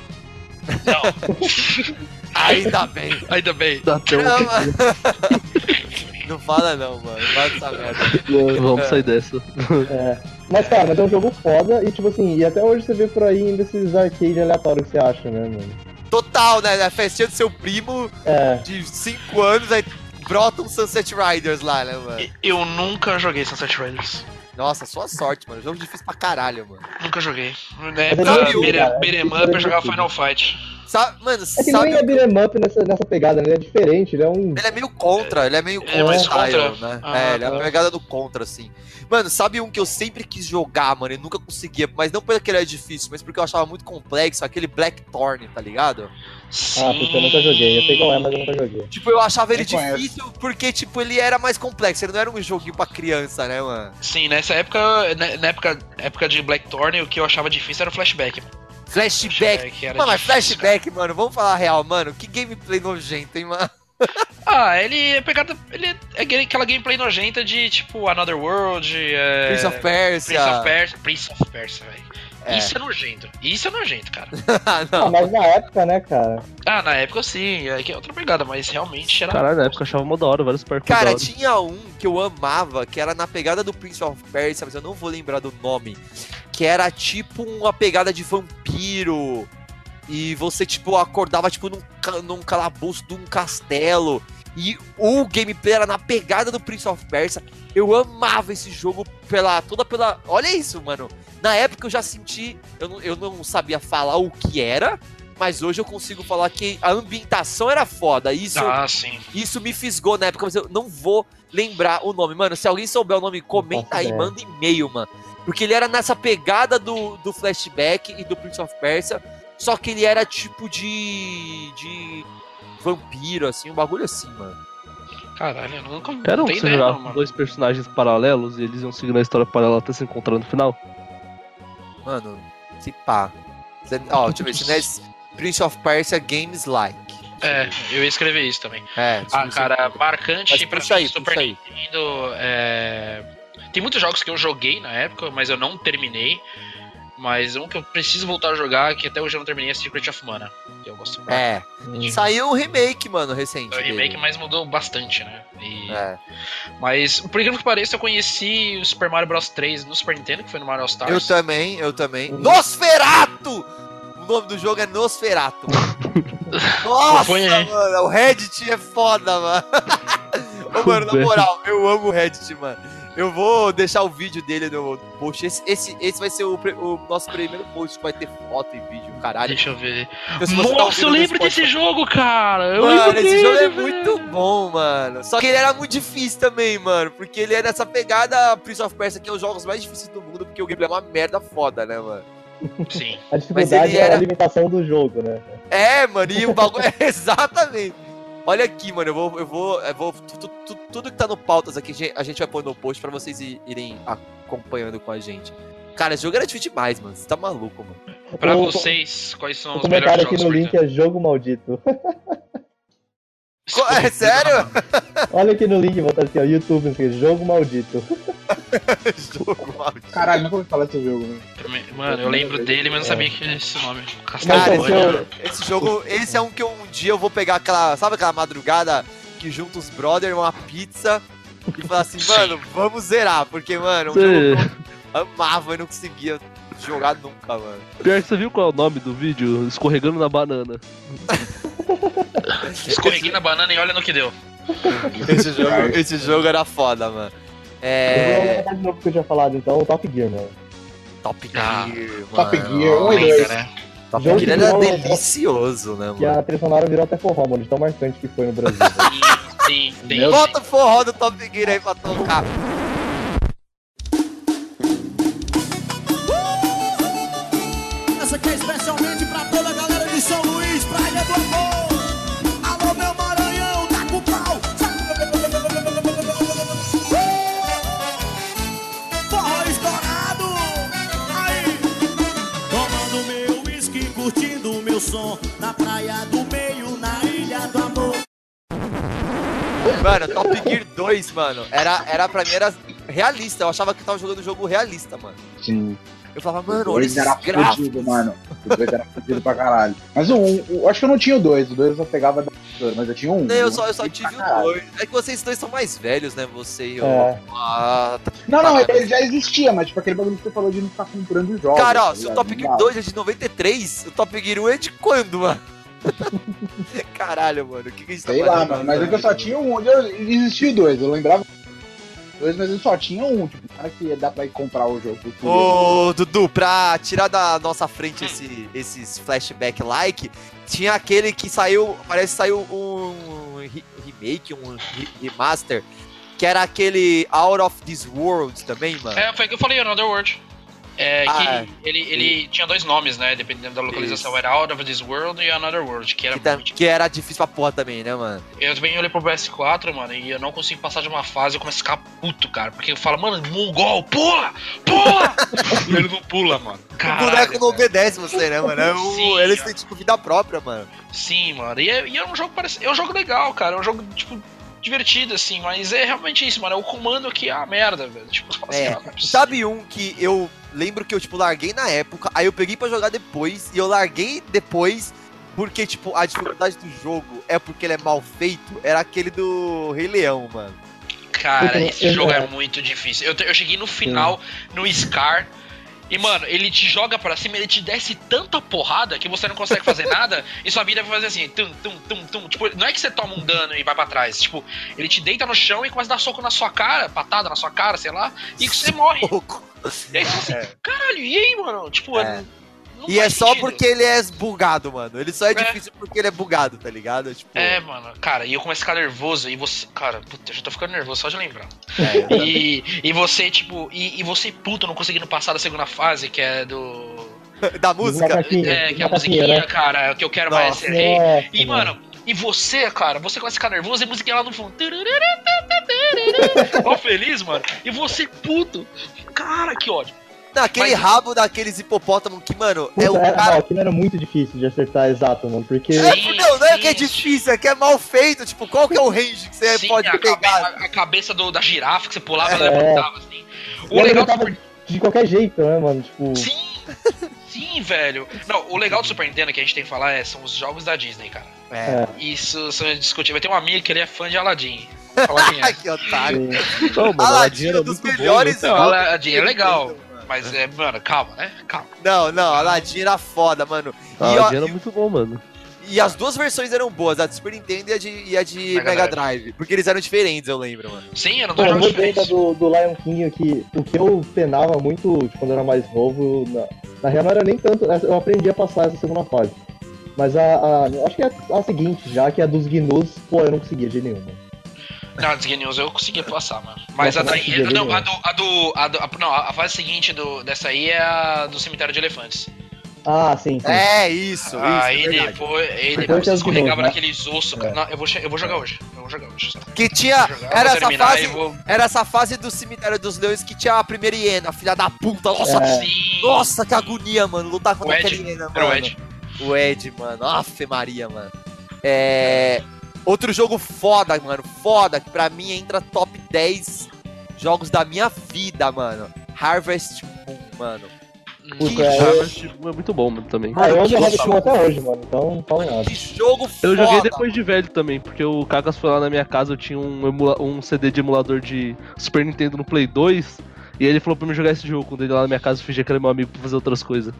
Não, Ainda bem. ainda bem. Dá até um- Não, mano. Não fala não, mano. Fala essa merda. Vamos sair dessa. é. Mas, cara, mas é um jogo foda e, tipo assim, e até hoje você vê por aí ainda esses arcade aleatórios que você acha, né, mano? Total, né? A festinha do seu primo É. de cinco anos, aí brota um Sunset Riders lá, né, mano? Eu nunca joguei Sunset Riders. Nossa, sua sorte, mano. Jogo difícil pra caralho, mano. Nunca joguei. Na Mas é época, divertido, beat'em cara, é beat'em divertido, up, eu é jogava divertido. Final Fight. Sabe, mano, É que sabe. nem é beat'em up nessa, nessa pegada, né? Ele é diferente, ele é um. Ele é meio contra, ele é meio Ele é mais style, contra? né? Ah, é, ele é a tá. pegada do contra, assim. Mano, sabe um que eu sempre quis jogar, mano, e nunca conseguia, mas não porque ele é difícil, mas porque eu achava muito complexo, aquele Blackthorn, tá ligado? Ah, porque eu nunca joguei. Eu sei qual é, mas eu nunca joguei. Tipo, eu achava ele Nem conheço. difícil porque, tipo, ele era mais complexo, ele não era um joguinho pra criança, né, mano? Sim, nessa época, na na época, época de Blackthorn, o que eu achava difícil era o flashback. Flashback. Flashback era Mano, mas difícil, flashback, mano, vamos falar a real, mano, que gameplay nojento, hein, mano? Ah, ele é pegada. Ele é aquele- aquela gameplay nojenta de tipo Another World, é... Prince of Persia. Prince of Persia, Prince of Persia, velho. É. Isso é nojento. Isso é nojento, cara. Ah, Ah, não. mas na época, né, cara? Ah, na época sim, é que é outra pegada, mas realmente era. Caralho, na época eu achava mó da hora, vários parkour da Cara, hora. tinha um que eu amava, que era na pegada do Prince of Persia, mas eu não vou lembrar do nome. Que era tipo uma pegada de vampiro. E você, tipo, acordava, tipo, num, ca- num calabouço de um castelo. E o gameplay era na pegada do Prince of Persia. Eu amava esse jogo pela. Toda pela. Olha isso, mano. Na época eu já senti. Eu não, eu não sabia falar o que era. Mas hoje eu consigo falar que a ambientação era foda. Isso, Ah, sim. isso me fisgou na época, mas eu não vou lembrar o nome. Mano, se alguém souber o nome, comenta aí, ideia. manda e-mail, mano. Porque ele era nessa pegada do, do flashback e do Prince of Persia. Só que ele era tipo de. de vampiro, assim, um bagulho assim, mano. Caralho, eu nunca Era um tem que você ideia, não, jogava com mano. dois personagens paralelos e eles iam seguindo a história paralela até se encontrar no final? Mano, se pá. Cê- Ó, deixa eu ver, se não é Prince of Persia Games Like. É, eu ia escrever isso também. É, Ah, tipo, cara, marcante Mas pra puxa mim, aí, Super puxa aí. Nintendo. É... Tem muitos jogos que eu joguei na época, mas eu não terminei. Mas um que eu preciso voltar a jogar, que até hoje eu não terminei, é Secret of Mana. Que eu gosto pra É. Hum. Saiu um remake, mano, recente. É o remake, dele. mas mudou bastante, né? E- É. Mas, por incrível que pareça, eu conheci o Super Mario Bros três no Super Nintendo, que foi no Mario All Stars. Eu também, eu também. Uhum. Nosferatu! O nome do jogo é Nosferatu. Nossa, Põe aí. mano, o Reddit é foda, mano. Ô, mano, na moral, eu amo o Reddit, mano. Eu vou deixar o vídeo dele no post. Esse, esse, esse vai ser o, pre- o nosso primeiro post que vai ter foto e vídeo, caralho. Deixa eu ver. Então, se você tá Nossa, ouvindo eu no lembro Spotify- desse jogo, cara! Eu Mano, lembro esse dele, jogo é velho. muito bom, mano. Só que ele era muito difícil também, mano. Porque ele é nessa pegada Prince of Persia, que é os jogos mais difíceis do mundo, porque o gameplay é uma merda foda, né, mano? Sim. A dificuldade ele é era- a limitação do jogo, né? É, mano, e o bagulho. É, exatamente. Olha aqui, mano, eu vou. Eu vou, eu vou tu- tu- tu- tudo que tá no pautas aqui, gen- a gente vai pôr no post pra vocês i- irem acompanhando com a gente. Cara, esse jogo era difícil demais, mano. Você tá maluco, mano. Pra O- vocês, quais são O os melhores comentário aqui jogos no Super link é jogo maldito. Co- É sério? Olha aqui no link, botar assim, ó, YouTube, assim, jogo maldito. Jogo maldito. Caralho, nunca ouvi falar desse jogo, né? Mano, eu lembro dele, mas não É. sabia que era esse nome. Cara, Mas, esse assim, jogo, esse jogo, esse é um que eu- um dia eu vou pegar aquela, sabe aquela madrugada que junta os brothers, uma pizza e falar assim, Sim. mano, vamos zerar, porque, mano, um Você- jogo que eu amava e não conseguia jogar nunca, mano. Pior que você viu qual é o nome do vídeo? Escorregando na banana. Escorreguei na banana e olha no que deu. Esse jogo, esse jogo era foda, mano. Eu vou É. colocar de novo que eu tinha falado, então, o Top Gear, mano. Top Ah, Gear, mano. Top Gear, um e Lenda, dois. né? Top Jogo Gear que era virou- delicioso, né, Que mano? a trilha sonora virou até forró, mano, de tão marcante que foi no Brasil. velho. Sim, sim, sim. Bota o forró do Top Gear aí pra tocar. Essa aqui é especialmente pra toda a galera de São Luís, Praia do Amor. Alô, meu Maranhão, tá com pau. Forró estourado. Aí. Tomando meu whisky, curtindo o meu som. Na Praia do Meio, na Ilha do Amor. Mano, Top Gear dois, mano, era, era pra mim era realista. Eu achava que eu tava jogando um jogo realista, mano. Sim. Eu falava, O mano, olha dois esses era gráficos. fodido, mano. O dois era fodido pra caralho. Mas o um, o- acho que eu não tinha o dois. O dois eu só pegava da mas eu tinha um. Não, eu um só, eu só pra tive o caralho. dois. É que vocês dois são mais velhos, né? Você e o. É. Ah, tá- Não, não, Caralho. ele já existia, mas tipo aquele bagulho que você falou de não ficar comprando os jogos. Cara, ó, tá se o ligado? Top Não Gear dá. dois é de noventa e três, o Top Gear um é de quando, mano? Caralho, mano, o que, que a gente tá Sei fazendo? lá, mano, mas é que eu só tinha um. Eu existia o dois, eu lembrava. dois, mas ele só tinha um, tipo, cara que dá pra ir comprar o jogo. Ô, Dudu, pra tirar da nossa frente esse, esses flashback like, tinha aquele que saiu, parece que saiu um re- remake, um re- remaster, que era aquele Out of This World também, mano. É, foi o que eu falei, Another World. É, Ah, que é. ele, ele tinha dois nomes, né? Dependendo da localização. Isso. Era Out of This World e Another World, que era Que, tá- muito... que era difícil pra porra também, né, mano? Eu também olhei pro P S quatro, mano, e eu não consigo passar de uma fase, eu começo a ficar puto, cara. Porque eu falo, mano, mongol, pula! Pula! E ele não pula, mano. Caralho, o boneco não velho. obedece você, né, mano? É o- Sim, eles ó. têm, tipo, vida própria, mano. Sim, mano. E é, e é um jogo parece, é um jogo legal, cara. É um jogo, tipo, divertido, assim, mas é realmente isso, mano. É o comando que é a merda, velho. Tipo, você fala assim, É. ah, não é possível. Sabe um que eu lembro que eu, tipo, larguei na época, aí eu peguei pra jogar depois, e eu larguei depois, porque, tipo, a dificuldade do jogo é porque ele é mal feito, era aquele do Rei Leão, mano. Cara, Eu- esse eu- jogo é eu- muito difícil. Eu, te- eu cheguei no final, no Scar, e, mano, ele te joga pra cima, ele te desce tanta porrada que você não consegue fazer nada, e sua vida vai fazer assim, tum, tum, tum, tum. Tipo, não é que você toma um dano e vai pra trás. Tipo, ele te deita no chão e começa a dar soco na sua cara, patada na sua cara, sei lá, e você morre. Pouco. E aí você fala assim, caralho, e aí, mano? Tipo, É. não E é faz só sentido. porque ele é bugado, mano. Ele só é, É. difícil porque ele é bugado, tá ligado? Tipo, É, mano, cara, e eu começo a ficar nervoso, e você. Cara, puta, eu já tô ficando nervoso só de lembrar. é, E, e você, tipo, e, e você, puto, não conseguindo passar da segunda fase, que é do. da música. Macaquinho, É, que é a macaquinha, musiquinha, né? cara, que eu quero mais Nossa. ser rei. Nossa, E, mano, e você, cara, você começa a ficar nervoso e a musiquinha lá no fundo. Ó, feliz, mano. E você, puto. Cara, que ódio. Não, aquele Mas- rabo daqueles hipopótamos que, mano, é Puta, o era, cara. não, aquilo era muito difícil de acertar exato, mano, porque... É, Sim, não, não é sim. que é difícil, é que é mal feito. Tipo, qual que é o range que você Sim, pode a, pegar? cabe- a- a cabeça do, da girafa que você pulava e É. levantava, assim. O E ela legal do tava Super de qualquer jeito, né, mano, tipo... Sim, sim, velho. Não, o legal do Super Nintendo que a gente tem que falar é, são os jogos da Disney, cara. É. Isso são discutíveis. Tem um amigo que ele é fã de Aladdin. Vou falar quem é. Ai, que otário. Sim. Não, mano, Aladdin Aladdin é era um dos muito bom, melhores né? Não, jogos. Aladdin é legal. Nintendo, mano. Mas, é, mano, calma, né? Calma. Não, não, Aladdin era foda, mano. E, ó, Aladdin era muito bom, mano. e as duas versões eram boas, a de Super Nintendo e a de, e a de Mega Mega, Drive. Drive. Porque eles eram diferentes, eu lembro, mano. Sim, eram Pô, dois eu jogos lembrei da diferentes. do, do Lion King que o que eu penava muito tipo, quando eu era mais novo, na, na real não era nem tanto, eu aprendi a passar essa segunda fase. Mas a, a acho que é a, a seguinte, já que é a dos Gnus, pô, eu não conseguia de nenhuma. Não, a dos News eu conseguia passar, mano. Mas Nossa, a não daí. conseguia Não, nenhuma. a do. A do, a do a- não, a fase seguinte do, dessa aí é a do cemitério de elefantes. Ah, sim, sim. É, isso, isso. Aí é verdade. depois. Aí Depois depois tem você os escorregava Gnus, né? naqueles ossos. cara. É. Não, eu vou, che- eu vou jogar hoje. Eu vou jogar hoje. Sabe? Que tinha. Vou jogar, Era vou essa terminar fase. e vou. Era essa fase do cemitério dos leões que tinha a primeira hiena, filha da puta. Nossa, É. Sim. nossa, que agonia, mano. Lutar contra O Ed, aquela hiena, Era o mano. Ed. O Ed, mano. Afe Maria, mano. É. Outro jogo foda, mano. Foda, que pra mim entra top dez jogos da minha vida, mano. Harvest Moon, mano. Puta, Que é, jogo, eu, Harvest Moon é muito bom, mano, também. ah, eu amo que Rabbit jogo. Moon até hoje, mano, então não falo nada. que jogo foda. Eu joguei depois de velho também, porque o Cacas foi lá na minha casa, eu tinha um, emula- um C D de emulador de Super Nintendo no Play dois, e ele falou pra mim jogar esse jogo. Quando ele lá na minha casa, eu fingia que era meu amigo pra fazer outras coisas.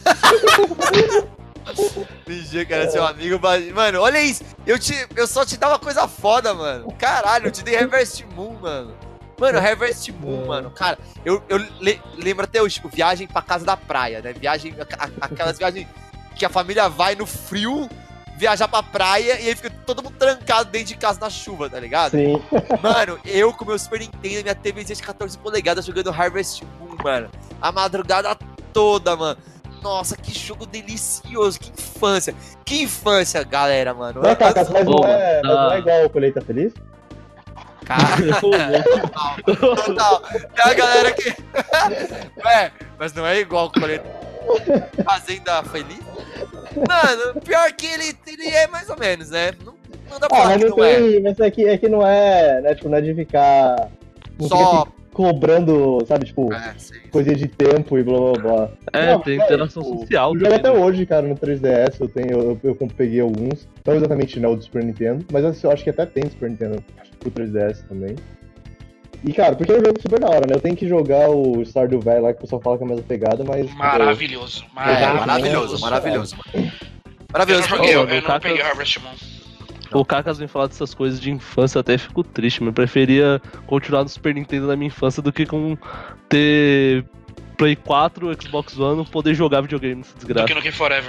Fingia que era seu amigo, mas, mano, olha isso. Eu, te, eu só te dava coisa foda, mano. Caralho, eu te dei Harvest Moon, mano. Mano, Harvest Moon, mano. Cara, eu, eu le- lembro até hoje, tipo, viagem pra casa da praia, né? Viagem, a- a- aquelas viagens que a família vai no frio viajar pra praia e aí fica todo mundo trancado dentro de casa na chuva, tá ligado? Sim. Mano, eu com meu Super Nintendo e minha TVzinha de catorze polegadas jogando Harvest Moon, mano. A madrugada toda, mano. Nossa, que jogo delicioso, que infância. Que infância, galera, mano. Não é, Cacas, mas não Ô, é, mas não ah. é igual o Colheita Feliz? Cara, total. É a galera que... É, mas não é igual o Coleta Fazenda Feliz? Mano, pior que ele, ele é mais ou menos, né? Não, não dá pra Ah, falar mas que não não é. tem, mas é que, é que não é, né, tipo, não é de ficar... Não Só... fica assim, cobrando, sabe, tipo, É, sim. coisa de tempo e blá blá blá. É, Não, tem é, interação tipo, social Eu jogo também, até né? hoje, cara, no três D S, eu tenho, eu, eu, eu peguei alguns, não exatamente não, do Super Nintendo, mas eu acho que até tem Super Nintendo pro três D S também. E, cara, porque é um jogo super da hora, né? Eu tenho que jogar o Stardew Valley lá, que o pessoal fala que é a mesma pegada, mas... Maravilhoso. É, Maravilhoso. maravilhoso, maravilhoso. Eu não Maravilhoso. joguei, eu, Ô, eu no não Cacas- peguei Harvest Moon. O Kakas vem falar dessas coisas de infância, até fico triste, mas eu preferia continuar no Super Nintendo na minha infância do que com ter Play quatro, Xbox One, poder jogar videogame nessa desgraça. Duke Nukem Forever.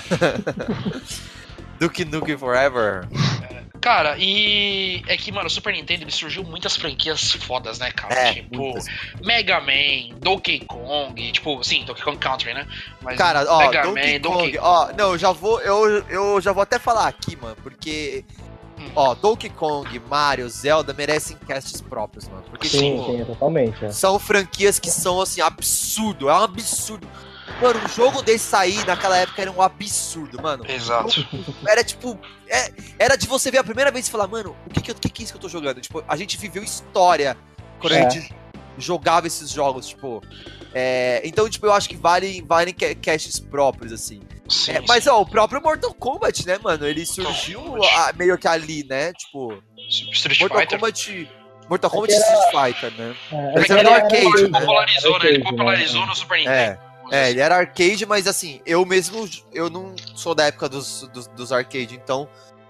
Duke Nukem Forever. Cara, e é que, mano, o Super Nintendo ele surgiu muitas franquias fodas, né, cara? É, tipo, muitas. Mega Man, Donkey Kong, tipo, sim, Donkey Kong Country, né? Mas Cara, ó, Mega Donkey Man, Kong, Donkey ó, não, eu já vou, eu, eu já vou até falar aqui, mano, porque, Hum. ó, Donkey Kong, Mario, Zelda merecem casts próprios, mano, porque, Sim, tipo, sim, totalmente. É. são franquias que são, assim, absurdo, é um absurdo. Mano, um jogo desse sair naquela época era um absurdo, mano. Exato. Era tipo. é- era de você ver a primeira vez e falar, mano, o que que, eu- o que que é isso que eu tô jogando? Tipo, a gente viveu história quando É. a gente jogava esses jogos, tipo. é, então, tipo, eu acho que valem, valem ca- caches próprios, assim. Sim, É, mas, sim. ó, o próprio Mortal Kombat, né, mano? Ele surgiu Kombat. a- meio que ali, né? Tipo, Street Mortal Fighter. Kombat. Mortal Kombat É e que era- Street Fighter, né? É, Mas é que era do arcade, Ele né? popularizou, né? Ele Arcade, popularizou no Super Nintendo. É. É, ele era arcade, mas assim, eu mesmo, eu não sou da época dos, dos, dos arcade, então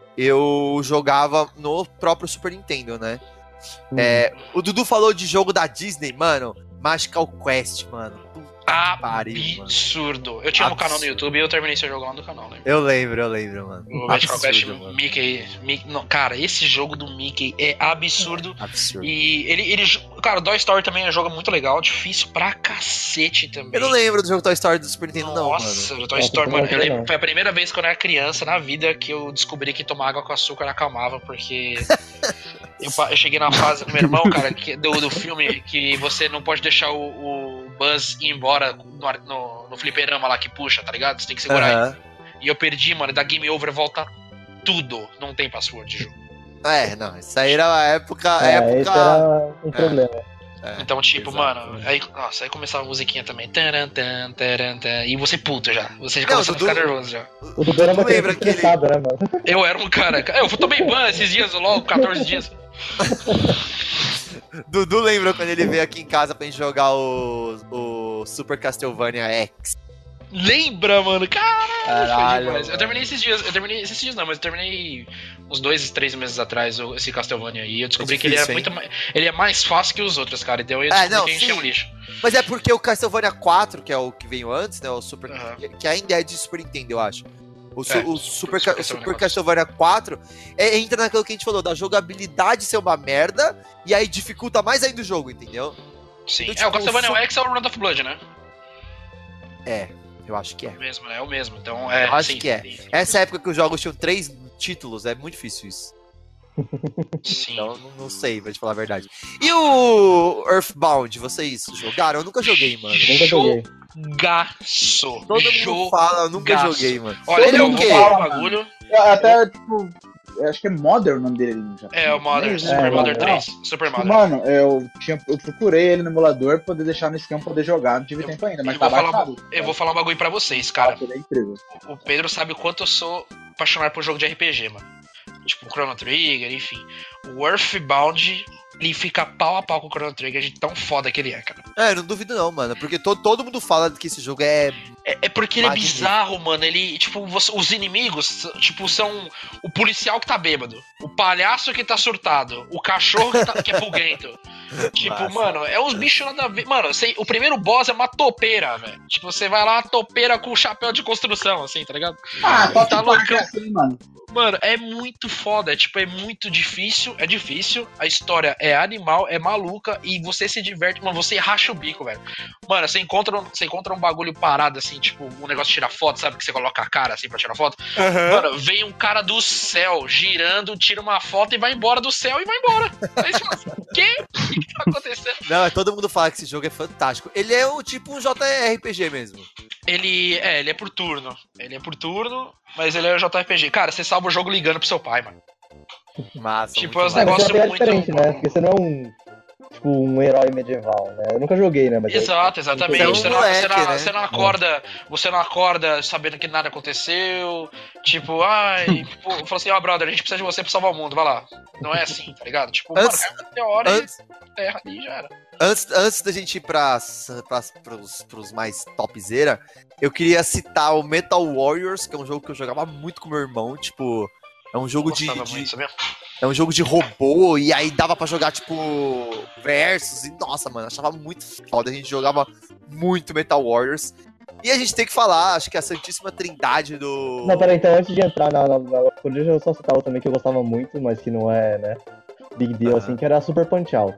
eu jogava no próprio Super Nintendo, né? Hum. É, o Dudu falou de jogo da Disney, mano, Magical Quest, mano. Puta que pariu, mano. Absurdo. Eu tinha um canal no Absurdo. YouTube e eu terminei esse jogo lá no canal, né? Eu lembro, eu lembro, mano. O Magical Quest Absurdo, mano. Mickey. Mickey não, cara, esse jogo do Mickey é absurdo. Absurdo. E ele, ele. Cara, o Toy Story também é um jogo muito legal, difícil pra cacete também. Eu não lembro do jogo Toy Story do Super Nintendo, não, mano. Nossa, o Toy É, Story, eu mano, eu também lembro, não. foi a primeira vez quando eu era criança na vida que eu descobri que tomar água com açúcar acalmava, porque eu, pa- eu cheguei na fase do meu irmão, cara, que, do, do filme que você não pode deixar o, o Buzz ir embora no, ar- no, no fliperama lá que puxa, tá ligado? Você tem que segurar ele. Aham. E eu perdi, mano, da Game Over volta tudo. Não tem password de jogo. É, não, isso aí era a época. É, época... esse era um problema. É, Então, tipo, exato. mano, aí, nossa, aí começava a musiquinha também. Taran, tan, taran, tan, e você puto já. Você já Não, começa a Dudu- ficar nervoso já. O Dudu era uma Tu lembra criança aquele- estressada, né, mano? Eu era um cara. Eu tomei ban esses dias, logo, quatorze dias. Dudu lembra quando ele veio aqui em casa pra gente jogar o, o Super Castlevania X. Lembra, mano? Caralho, Caralho, foi demais. mano. Eu terminei esses dias, eu terminei esses dias não, mas eu terminei uns dois, três meses atrás o- esse Castlevania aí. Eu descobri É que ele é difícil, muito mais. Ele é mais fácil que os outros, cara. Então eu É, descobri não, que a gente sim. é um lixo. Mas é porque o Castlevania quatro, que é o que veio antes, né? O Super. Aham. Que ainda é de Super Nintendo, eu acho. O, su- É, o Super- Super, Ca- Super Super Castlevania Castlevania quatro é, entra naquilo que a gente falou, da jogabilidade ser uma merda, e aí dificulta mais ainda o jogo, entendeu? Sim. Então, é, o tipo, Castlevania o X é o Round of Blood, né? É, eu acho que é. É o mesmo, né? É o mesmo. Então, é. Eu acho sim, que é. sim, Essa época que os jogos tinham três títulos, é muito difícil isso. Sim. Então, não, não sei, pra te falar a verdade. E o Earthbound, vocês jogaram? Eu nunca joguei, mano. Nunca joguei. Jogaço. Todo mundo Jogaço. fala, eu nunca joguei, mano. Olha, Ele é eu o vou quê? falar um bagulho. Eu até, tipo, eu acho que é Modern o nome dele ali no Japão. É, o Modern, É, Super é, Modern não. três. Super Tipo, Modern. mano, eu, tinha, eu procurei ele no emulador pra poder deixar no esquema pra poder jogar. Não tive Eu- tempo ainda, mas eu tá vou falar- baixado. Eu vou falar um bagulho pra vocês, cara. Ele é incrível. O Pedro sabe o quanto eu sou apaixonado por jogo de R P G, mano. Tipo, Chrono Trigger, enfim. O Earthbound, ele fica pau a pau com o Chrono Trigger de tão foda que ele é, cara. É, não duvido não, mano. Porque to, todo mundo fala que esse jogo é. É, é porque ele é Magnífico. bizarro, mano. Ele, tipo, você- os inimigos, tipo, são o policial que tá bêbado, o palhaço que tá surtado, o cachorro que, tá, que é pulguento. Tipo, Massa. mano, é uns bichos nada a ver. Mano, você- o primeiro boss é uma topeira, velho. Tipo, você vai lá, uma topeira com chapéu de construção, assim, tá ligado? Ah, Tá tá loucão. loucão. Assim, mano. Mano, é muito foda, é tipo, é muito difícil, é difícil, a história é animal, é maluca e você se diverte, mano, você racha o bico, velho. Mano, você encontra, um- você encontra um bagulho parado, assim, tipo, um negócio de tirar foto, sabe, que você coloca a cara, assim, pra tirar foto. Mano, vem um cara do céu, girando, tira uma foto e vai embora do céu e vai embora. Aí você fala assim, o quê? O que que tá acontecendo? Não, todo mundo fala que esse jogo é fantástico. Ele é um tipo um J R P G mesmo. Ele, é, ele é por turno, ele é por turno, mas ele é J R P G. Cara, você salva o jogo ligando pro seu pai, mano. Massa. Tipo, muito os massa. É, mas negócio é uma pegada muito- diferente, né? Porque você não é um, tipo, um herói medieval, né? Eu nunca joguei, né? Mas Exato, exatamente. Você é um Você não, moleque, você não- né? você não acorda, você não acorda sabendo que nada aconteceu. Tipo, ai, pô, falou assim, ó, brother, a gente precisa de você pra salvar o mundo, vai lá. Não é assim, tá ligado? Tipo, Antes- mano, é a hora Antes, e terra ali já era. antes, antes da gente ir pras, pras, pros, pros mais topzera, eu queria citar o Metal Warriors, que é um jogo que eu jogava muito com meu irmão, tipo. É um jogo de, Gostava de- muito, sabia? é um jogo de robô, e aí dava pra jogar, tipo, versus, e nossa, mano, achava muito foda, a gente jogava muito Metal Warriors. E a gente tem que falar, acho que a Santíssima Trindade do... Não, peraí, então antes de entrar na. na, na podia eu só citar outra também que eu gostava muito, mas que não é, né? Big deal, Aham. assim, que era a Super Punch Out.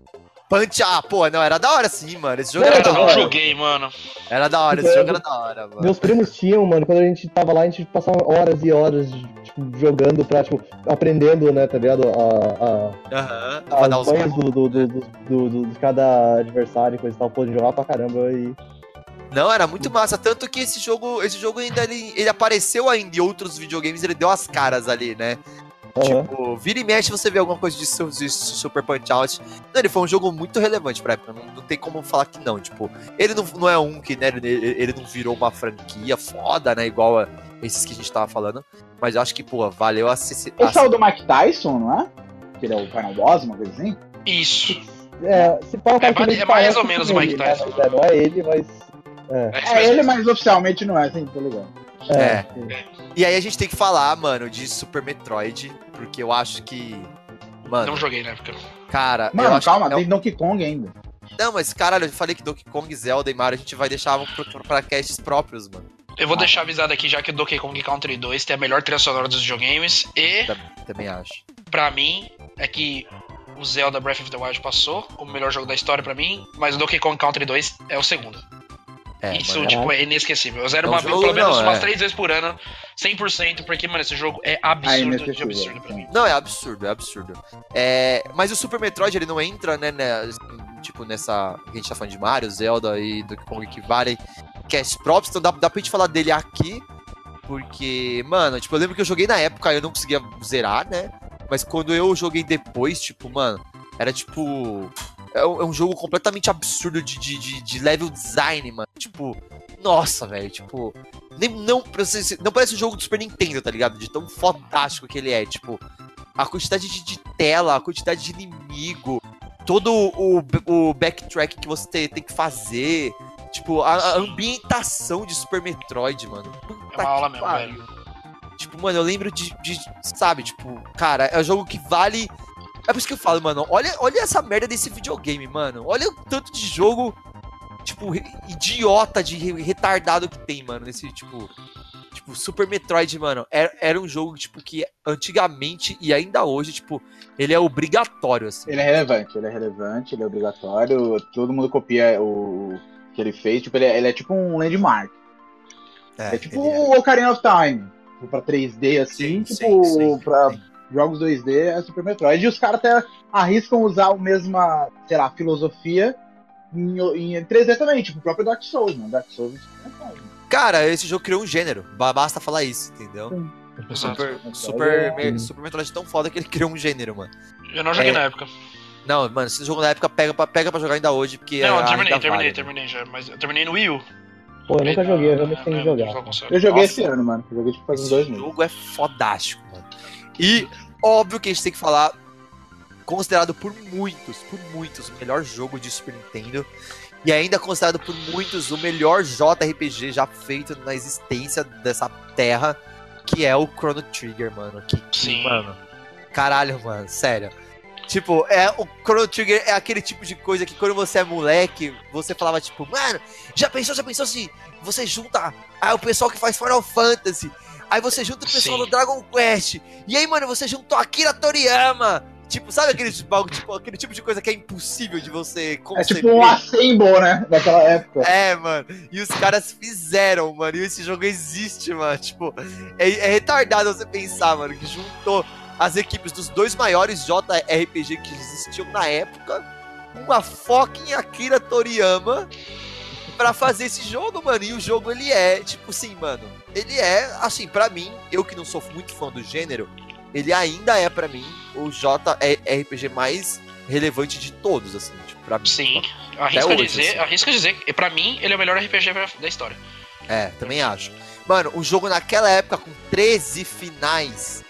Punch, ah, pô, não, era da hora sim, mano, esse jogo Não, era Cara, da eu não hora. joguei, mano. Era da hora, esse jogo era da hora, mano. Meus primos tinham, mano, quando a gente tava lá, a gente passava horas e horas, tipo, jogando pra, tipo, aprendendo, né, tá ligado? A, Aham, a, pra dar as os banhas do, do, do, do, do- do- de cada adversário e coisa e tal, pô, de jogar pra caramba e. Não, era muito massa, tanto que esse jogo, esse jogo ainda, ele, ele apareceu ainda em outros videogames, ele deu as caras ali, né? Aham. Tipo, vira e mexe você vê alguma coisa de, su- de Super Punch Out. Não, ele foi um jogo muito relevante pra época, não, não tem como falar que não, tipo, ele não, não é um que, né, ele, ele não virou uma franquia foda, né, igual a esses que a gente tava falando, mas eu acho que, pô, valeu a... se- a- Esse é o do Mike Tyson, não é? Que ele é o Final Boss, uma coisa assim? Isso. É, se fala É que mais- ele é mais parece ou menos com o Mike ele, Tyson. Né? Mas, é, não é ele, mas. É. É, isso É mesmo. ele, mas oficialmente não é, assim, tá ligado? É. sim. E aí a gente tem que falar, mano, de Super Metroid, porque eu acho que, mano, Não joguei na época. cara, eu Mano, acho calma, que é um- tem Donkey Kong ainda. Não, mas caralho, eu falei que Donkey Kong, Zelda e Mario a gente vai deixar pra, pra casts próprios, mano. Eu vou deixar avisado aqui já que o Donkey Kong Country dois tem a melhor trilha sonora dos videogames e, Tam- Também acho. pra mim, é que o Zelda Breath of the Wild passou como o melhor jogo da história pra mim, mas o Donkey Kong Country dois é o segundo. É, Isso, mano, tipo, é inesquecível. Eu zero É um uma vez, jogo, pelo menos não, umas é. três vezes por ano, cem por cento, porque, mano, esse jogo é Ah, absurdo de inesquecível. absurdo pra mim. Não, é absurdo, é absurdo. É, mas o Super Metroid, ele não entra, né, né, tipo, nessa... A gente tá falando de Mario, Zelda e Donkey Kong que valem casts próprios, então dá, dá pra gente falar dele aqui, porque, mano, tipo, eu lembro que eu joguei na época, eu não conseguia zerar, né, mas quando eu joguei depois, tipo, mano, era tipo... É um, é um jogo completamente absurdo de, de, de, de level design, mano. Tipo, nossa, velho, tipo... Nem, não, parece- não parece um jogo do Super Nintendo, tá ligado? De tão fodástico que ele é, tipo... A quantidade de, de tela, a quantidade de inimigo, todo o, o backtrack que você tem, tem que fazer, tipo, a, a ambientação de Super Metroid, mano. Puta É uma aula que mesmo, pariu. velho. Tipo, mano, eu lembro de, de, sabe, tipo, cara, é um jogo que vale... É por isso que eu falo, mano, olha, olha essa merda desse videogame, mano. Olha o tanto de jogo, tipo, re- idiota de re- retardado que tem, mano, nesse, tipo... Tipo, Super Metroid, mano, era, era um jogo, tipo, que antigamente e ainda hoje, tipo, ele é obrigatório, assim. Ele é relevante, ele é relevante, ele é obrigatório, todo mundo copia o o que ele fez, tipo, ele é, ele é tipo um landmark. É, tipo ele é- o Ocarina of Time, tipo, pra três D assim, Sim, tipo, sim, sim, pra sim. jogos dois D é Super Metroid. E os caras até arriscam usar a mesma, sei lá, filosofia em, em três D também, tipo o próprio Dark Souls, mano. Dark Souls é Super Metroid. Cara, esse jogo criou um gênero, ba- basta falar isso, entendeu? Sim. Super, Exato. super, Sim. Me- Super Metroid é tão foda que ele criou um gênero, mano. Eu não joguei É. na época. Não, mano, esse jogo na época pega pra, pega pra jogar ainda hoje, porque Não, eu ainda terminei, vale, terminei, né? terminei já. Mas eu terminei no Wii U. Pô, eu nunca joguei, eu realmente tenho que jogar. Eu joguei Nossa. esse ano, mano. Eu joguei tipo faz uns Esse dois meses. jogo é fodástico, mano. E óbvio que a gente tem que falar, considerado por muitos, por muitos, o melhor jogo de Super Nintendo. E ainda considerado por muitos o melhor J R P G já feito na existência dessa terra, que é o Chrono Trigger, mano. Que, que, Sim. mano. Caralho, mano, sério. Tipo, é, o Chrono Trigger é aquele tipo de coisa que quando você é moleque, você falava tipo, mano, já pensou, já pensou se você junta aí o pessoal que faz Final Fantasy, aí você junta o pessoal Sim. do Dragon Quest, e aí, mano, você juntou Akira Toriyama. Tipo, sabe aquele, tipo, tipo, aquele tipo de coisa que é impossível de você É conceber? tipo um assemble, né? Daquela época. É, mano. E os caras fizeram, mano. E esse jogo existe, mano. Tipo, é, é retardado você pensar, mano, que juntou as equipes dos dois maiores J R P G que existiam na época, uma fucking Akira Toriyama, pra fazer esse jogo, mano. E o jogo, ele é, tipo assim, mano, ele é, assim, pra mim, eu que não sou muito fã do gênero, ele ainda é, pra mim, o J R P G mais relevante de todos, assim, tipo, pra mim. Sim, arrisco hoje, dizer, assim. arrisco dizer, e pra mim ele é o melhor R P G da história. É, também acho. Mano, um jogo naquela época com treze finais.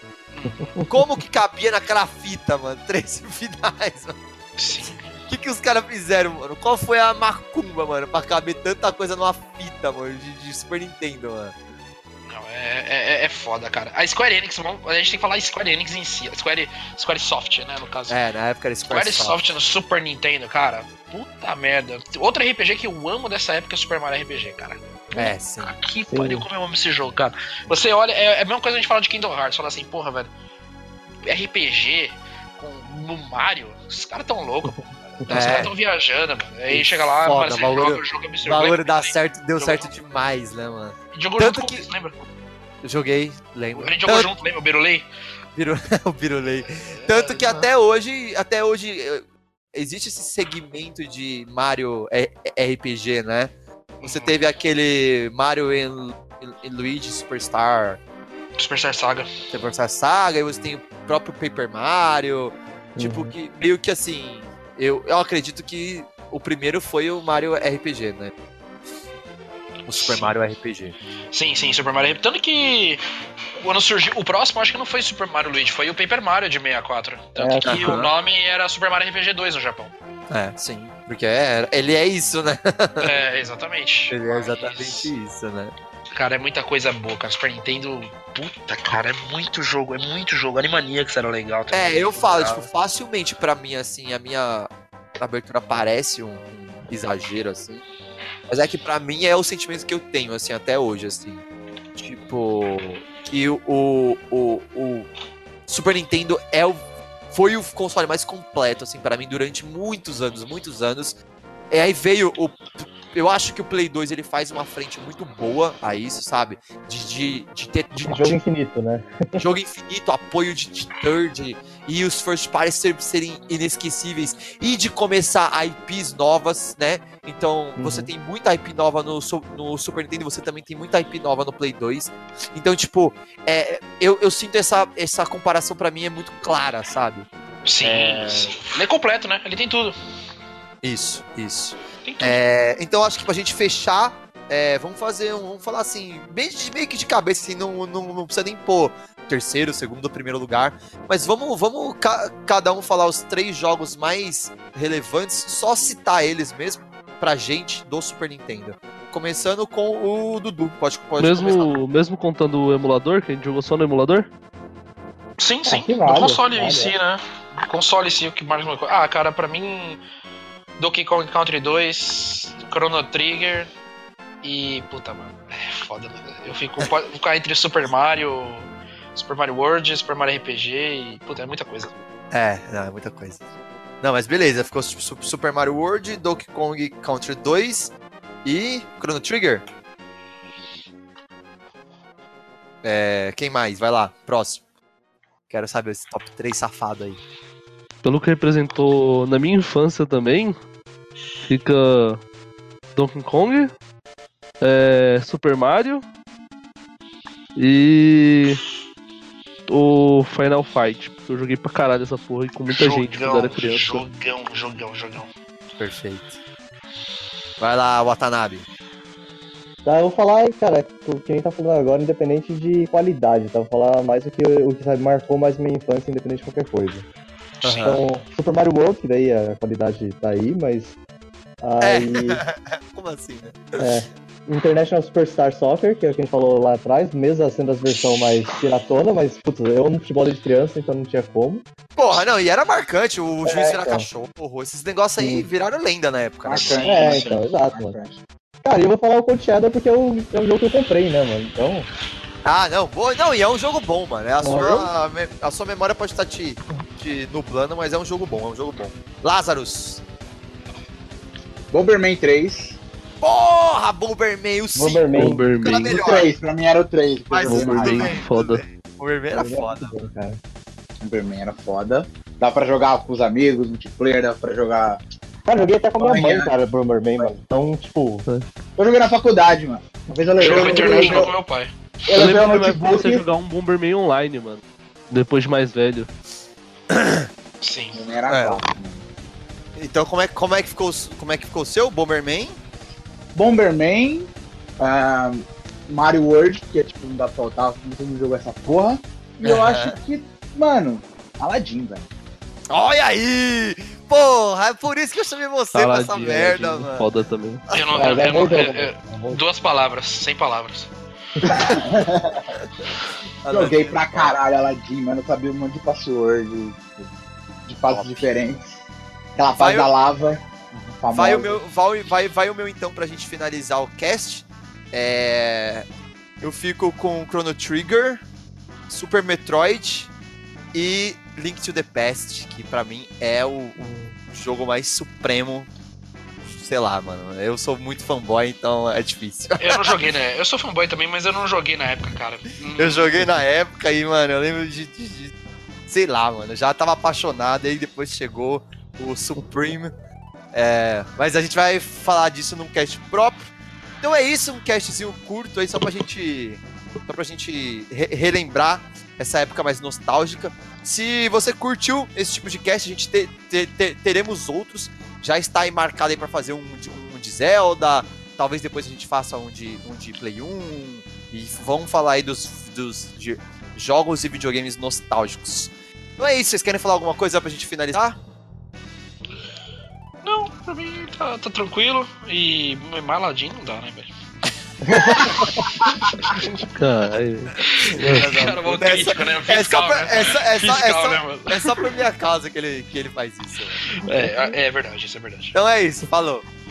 Como que cabia naquela fita, mano? treze finais, mano. Sim. O que, que os caras fizeram, mano? Qual foi a macumba, mano, pra caber tanta coisa numa fita, mano, de, de Super Nintendo, mano? Não, é, é, é foda, cara. A Square Enix, vamos- a gente tem que falar Square Enix em si. A Square, Square Soft, né, no caso. É, na época era Square Square Soft. Soft no Super Nintendo, cara. Puta merda. Outro R P G que eu amo dessa época é o Super Mario R P G, cara. É, sim. Ah, que Sim. pariu, como eu amo esse jogo, cara. Você olha, é, é a mesma coisa a gente falar de Kingdom Hearts. Fala assim, porra, velho. R P G com, no Mario, os caras tão loucos, pô. Os É. caras tão viajando, mano. Aí chega lá, Foda, mano, você valor- joga o jogo O absurdo. valor Lembra dá disso? certo, deu Jogou certo junto. demais, né, mano? A gente jogou Tanto junto que- com isso, lembra? Eu joguei, lembro. A gente jogou Tanto- junto, lembra o Birulei? Virou o Birulei. Tanto que até hoje, até hoje, eh, existe esse segmento de Mario R- RPG, né? Você teve aquele Mario e e Luigi Superstar, Superstar Saga. Superstar Saga, e você tem o próprio Paper Mario. Tipo, que meio que assim, eu, eu acredito que o primeiro foi o Mario R P G, né? O Super Sim. Mario R P G. Sim, sim, Super Mario. Tanto que quando surgiu. O próximo acho que não foi Super Mario Luigi, foi o Paper Mario de sessenta e quatro. Tanto É, que aham. o nome era Super Mario R P G dois no Japão. É, sim. Porque é, ele é isso, né? É, exatamente. Ele é Mas, exatamente isso, né? Cara, é muita coisa boa, cara. Super Nintendo. Puta, cara, é muito jogo, é muito jogo. Animaniacs era legal também. É, eu falo, Legal. tipo, facilmente pra mim, assim, a minha abertura parece um, um exagero, assim. Mas é que pra mim é o sentimento que eu tenho, assim, até hoje, assim. Tipo, que o, o, o, o Super Nintendo é o, foi o console mais completo, assim, pra mim, durante muitos anos, muitos anos. E aí veio o... Eu acho que o Play dois, ele faz uma frente muito boa a isso, sabe? De, de, de ter... De, Jogo de- infinito, né? jogo infinito, apoio de, de third e os first parties ser- serem inesquecíveis e de começar I Ps novas, né? Então Uhum. você tem muita I P nova no, Su- no Super Nintendo, você também tem muita I P nova no Play dois. Então, tipo, é, eu, eu sinto essa, essa comparação pra mim é muito clara, sabe? Sim, É. sim. Ele é completo, né? Ele tem tudo. Isso, isso. Tem tudo. É, então acho que pra gente fechar, é, vamos fazer um. Vamos falar assim, bem de- meio que de cabeça, assim, não, não, não precisa nem pôr terceiro, segundo, primeiro lugar. Mas vamos, vamos ca- cada um falar os três jogos mais relevantes, só citar eles mesmo pra gente do Super Nintendo. Começando com o Dudu. Pode, pode começar. Mesmo, mesmo contando o emulador, que a gente jogou só no emulador? Sim, sim. que No vale, console em vale, si, né? Console em si, o que mais me... Ah, cara, pra mim... Donkey Kong Country dois, Chrono Trigger e... Puta, mano. É foda, né? Eu fico... Vou ficar entre Super Mario... Super Mario World, Super Mario R P G e... Puta, é muita coisa. É, não, é muita coisa. Não, mas beleza, ficou Su- Su- Super Mario World, Donkey Kong Country dois e Chrono Trigger. É, quem mais? Vai lá, próximo. Quero saber esse top três safado aí. Pelo que representou na minha infância também, fica Donkey Kong, é, Super Mario e o Final Fight, porque eu joguei pra caralho essa porra e com muita gente quando era criança. Jogão, jogão, jogão. Perfeito. Vai lá, Watanabe. Tá, eu vou falar, cara, o que a gente tá falando agora, independente de qualidade, tá? Vou falar mais o que, o que sabe, marcou mais minha infância, independente de qualquer coisa. Sim. Então, Super Mario World, que daí a qualidade tá aí, mas. Aí. Como assim, né? É, International Superstar Soccer, que é o que a gente falou lá atrás, mesmo sendo as versões mais piratona, mas, putz, eu no futebol de criança, então não tinha como. Porra, não, e era marcante, o juiz É, virar então. cachorro, esses negócios aí Sim. viraram lenda na época, né? Marcante, É, marcante, então, exato, mano. marcante. Cara, e eu vou falar o Cold Shadow porque é um, é um jogo que eu comprei, né, mano? Então, Ah, não, boa, não, e é um jogo bom, mano. É a, Bom sua, me- a sua memória pode estar te, te nublando, mas é um jogo bom, é um jogo bom. Lazarus. Bomberman três. Porra, Bomberman, o cinco. Bomberman. Bomberman. Cara, O melhor. três, pra mim era o três. Mas Bomberman. tudo Bomberman, bem, tudo foda. bem. Bomberman era foda. Bom, cara. Bomberman era foda. Dá pra jogar com os amigos, multiplayer, dá pra jogar... Cara, eu joguei até com a minha mãe, Olha. cara, Bomberman, mano. Então, tipo, Eu joguei na faculdade, mano. Uma vez eu levei, Jogava eu, International eu, com meu pai. eu Eu levei o lembro que eu comecei a notebook. jogar um Bomberman online, mano. Depois de mais velho. Sim. Bomberman era É. clássico, mano. Então, como é, como é que ficou, o- como é que ficou o seu Bomberman? Bomberman, ah, Mario World, que é tipo, não dá pra faltar, todo mundo jogou essa porra. E eu Aham. acho que, mano, Aladdin, velho. Olha aí! Porra, é por isso que eu chamei você pra essa Aladdin, merda, Aladdin, mano. Foda também. Eu não, É, eu- é eu bom não- jogo, eu- eu- é bom. duas palavras, sem palavras. Joguei pra caralho Aladdin, mano. Eu sabia um monte de password, de, de fases diferentes. Aquela fase Vai da o- lava. famosa. Vai o meu, vai, vai, vai o meu então pra gente finalizar o cast. É... Eu fico com Chrono Trigger, Super Metroid e Link to the Past, que pra mim é o, o jogo mais supremo. Sei lá, mano. Eu sou muito fanboy, então é difícil. Eu não joguei, né? Eu sou fanboy também, mas eu não joguei na época, cara. Hum, Eu joguei na época e, mano, eu lembro de, de- de- sei lá, mano, eu já tava apaixonado, aí depois chegou o Supreme. É, mas a gente vai falar disso num cast próprio. Então é isso, um castzinho curto aí só pra gente. Só pra gente re- relembrar essa época mais nostálgica. Se você curtiu esse tipo de cast, a gente te- te- te- teremos outros. Já está aí marcado aí pra fazer um de, um de Zelda. Talvez depois a gente faça um de, um de Play um. E vamos falar aí dos, dos de jogos e videogames nostálgicos. Então é isso, vocês querem falar alguma coisa pra gente finalizar? Não, pra mim tá, tá tranquilo. E Maladin não dá, né, velho? Caralho. Cara, mó Essa- crítico, né? É só, Fiscal, pra, né? é, só, é, só, é, Fiscal, só, né, mano? é só por minha causa que ele, que ele faz isso. É, é verdade, isso é verdade. Então é isso, falou.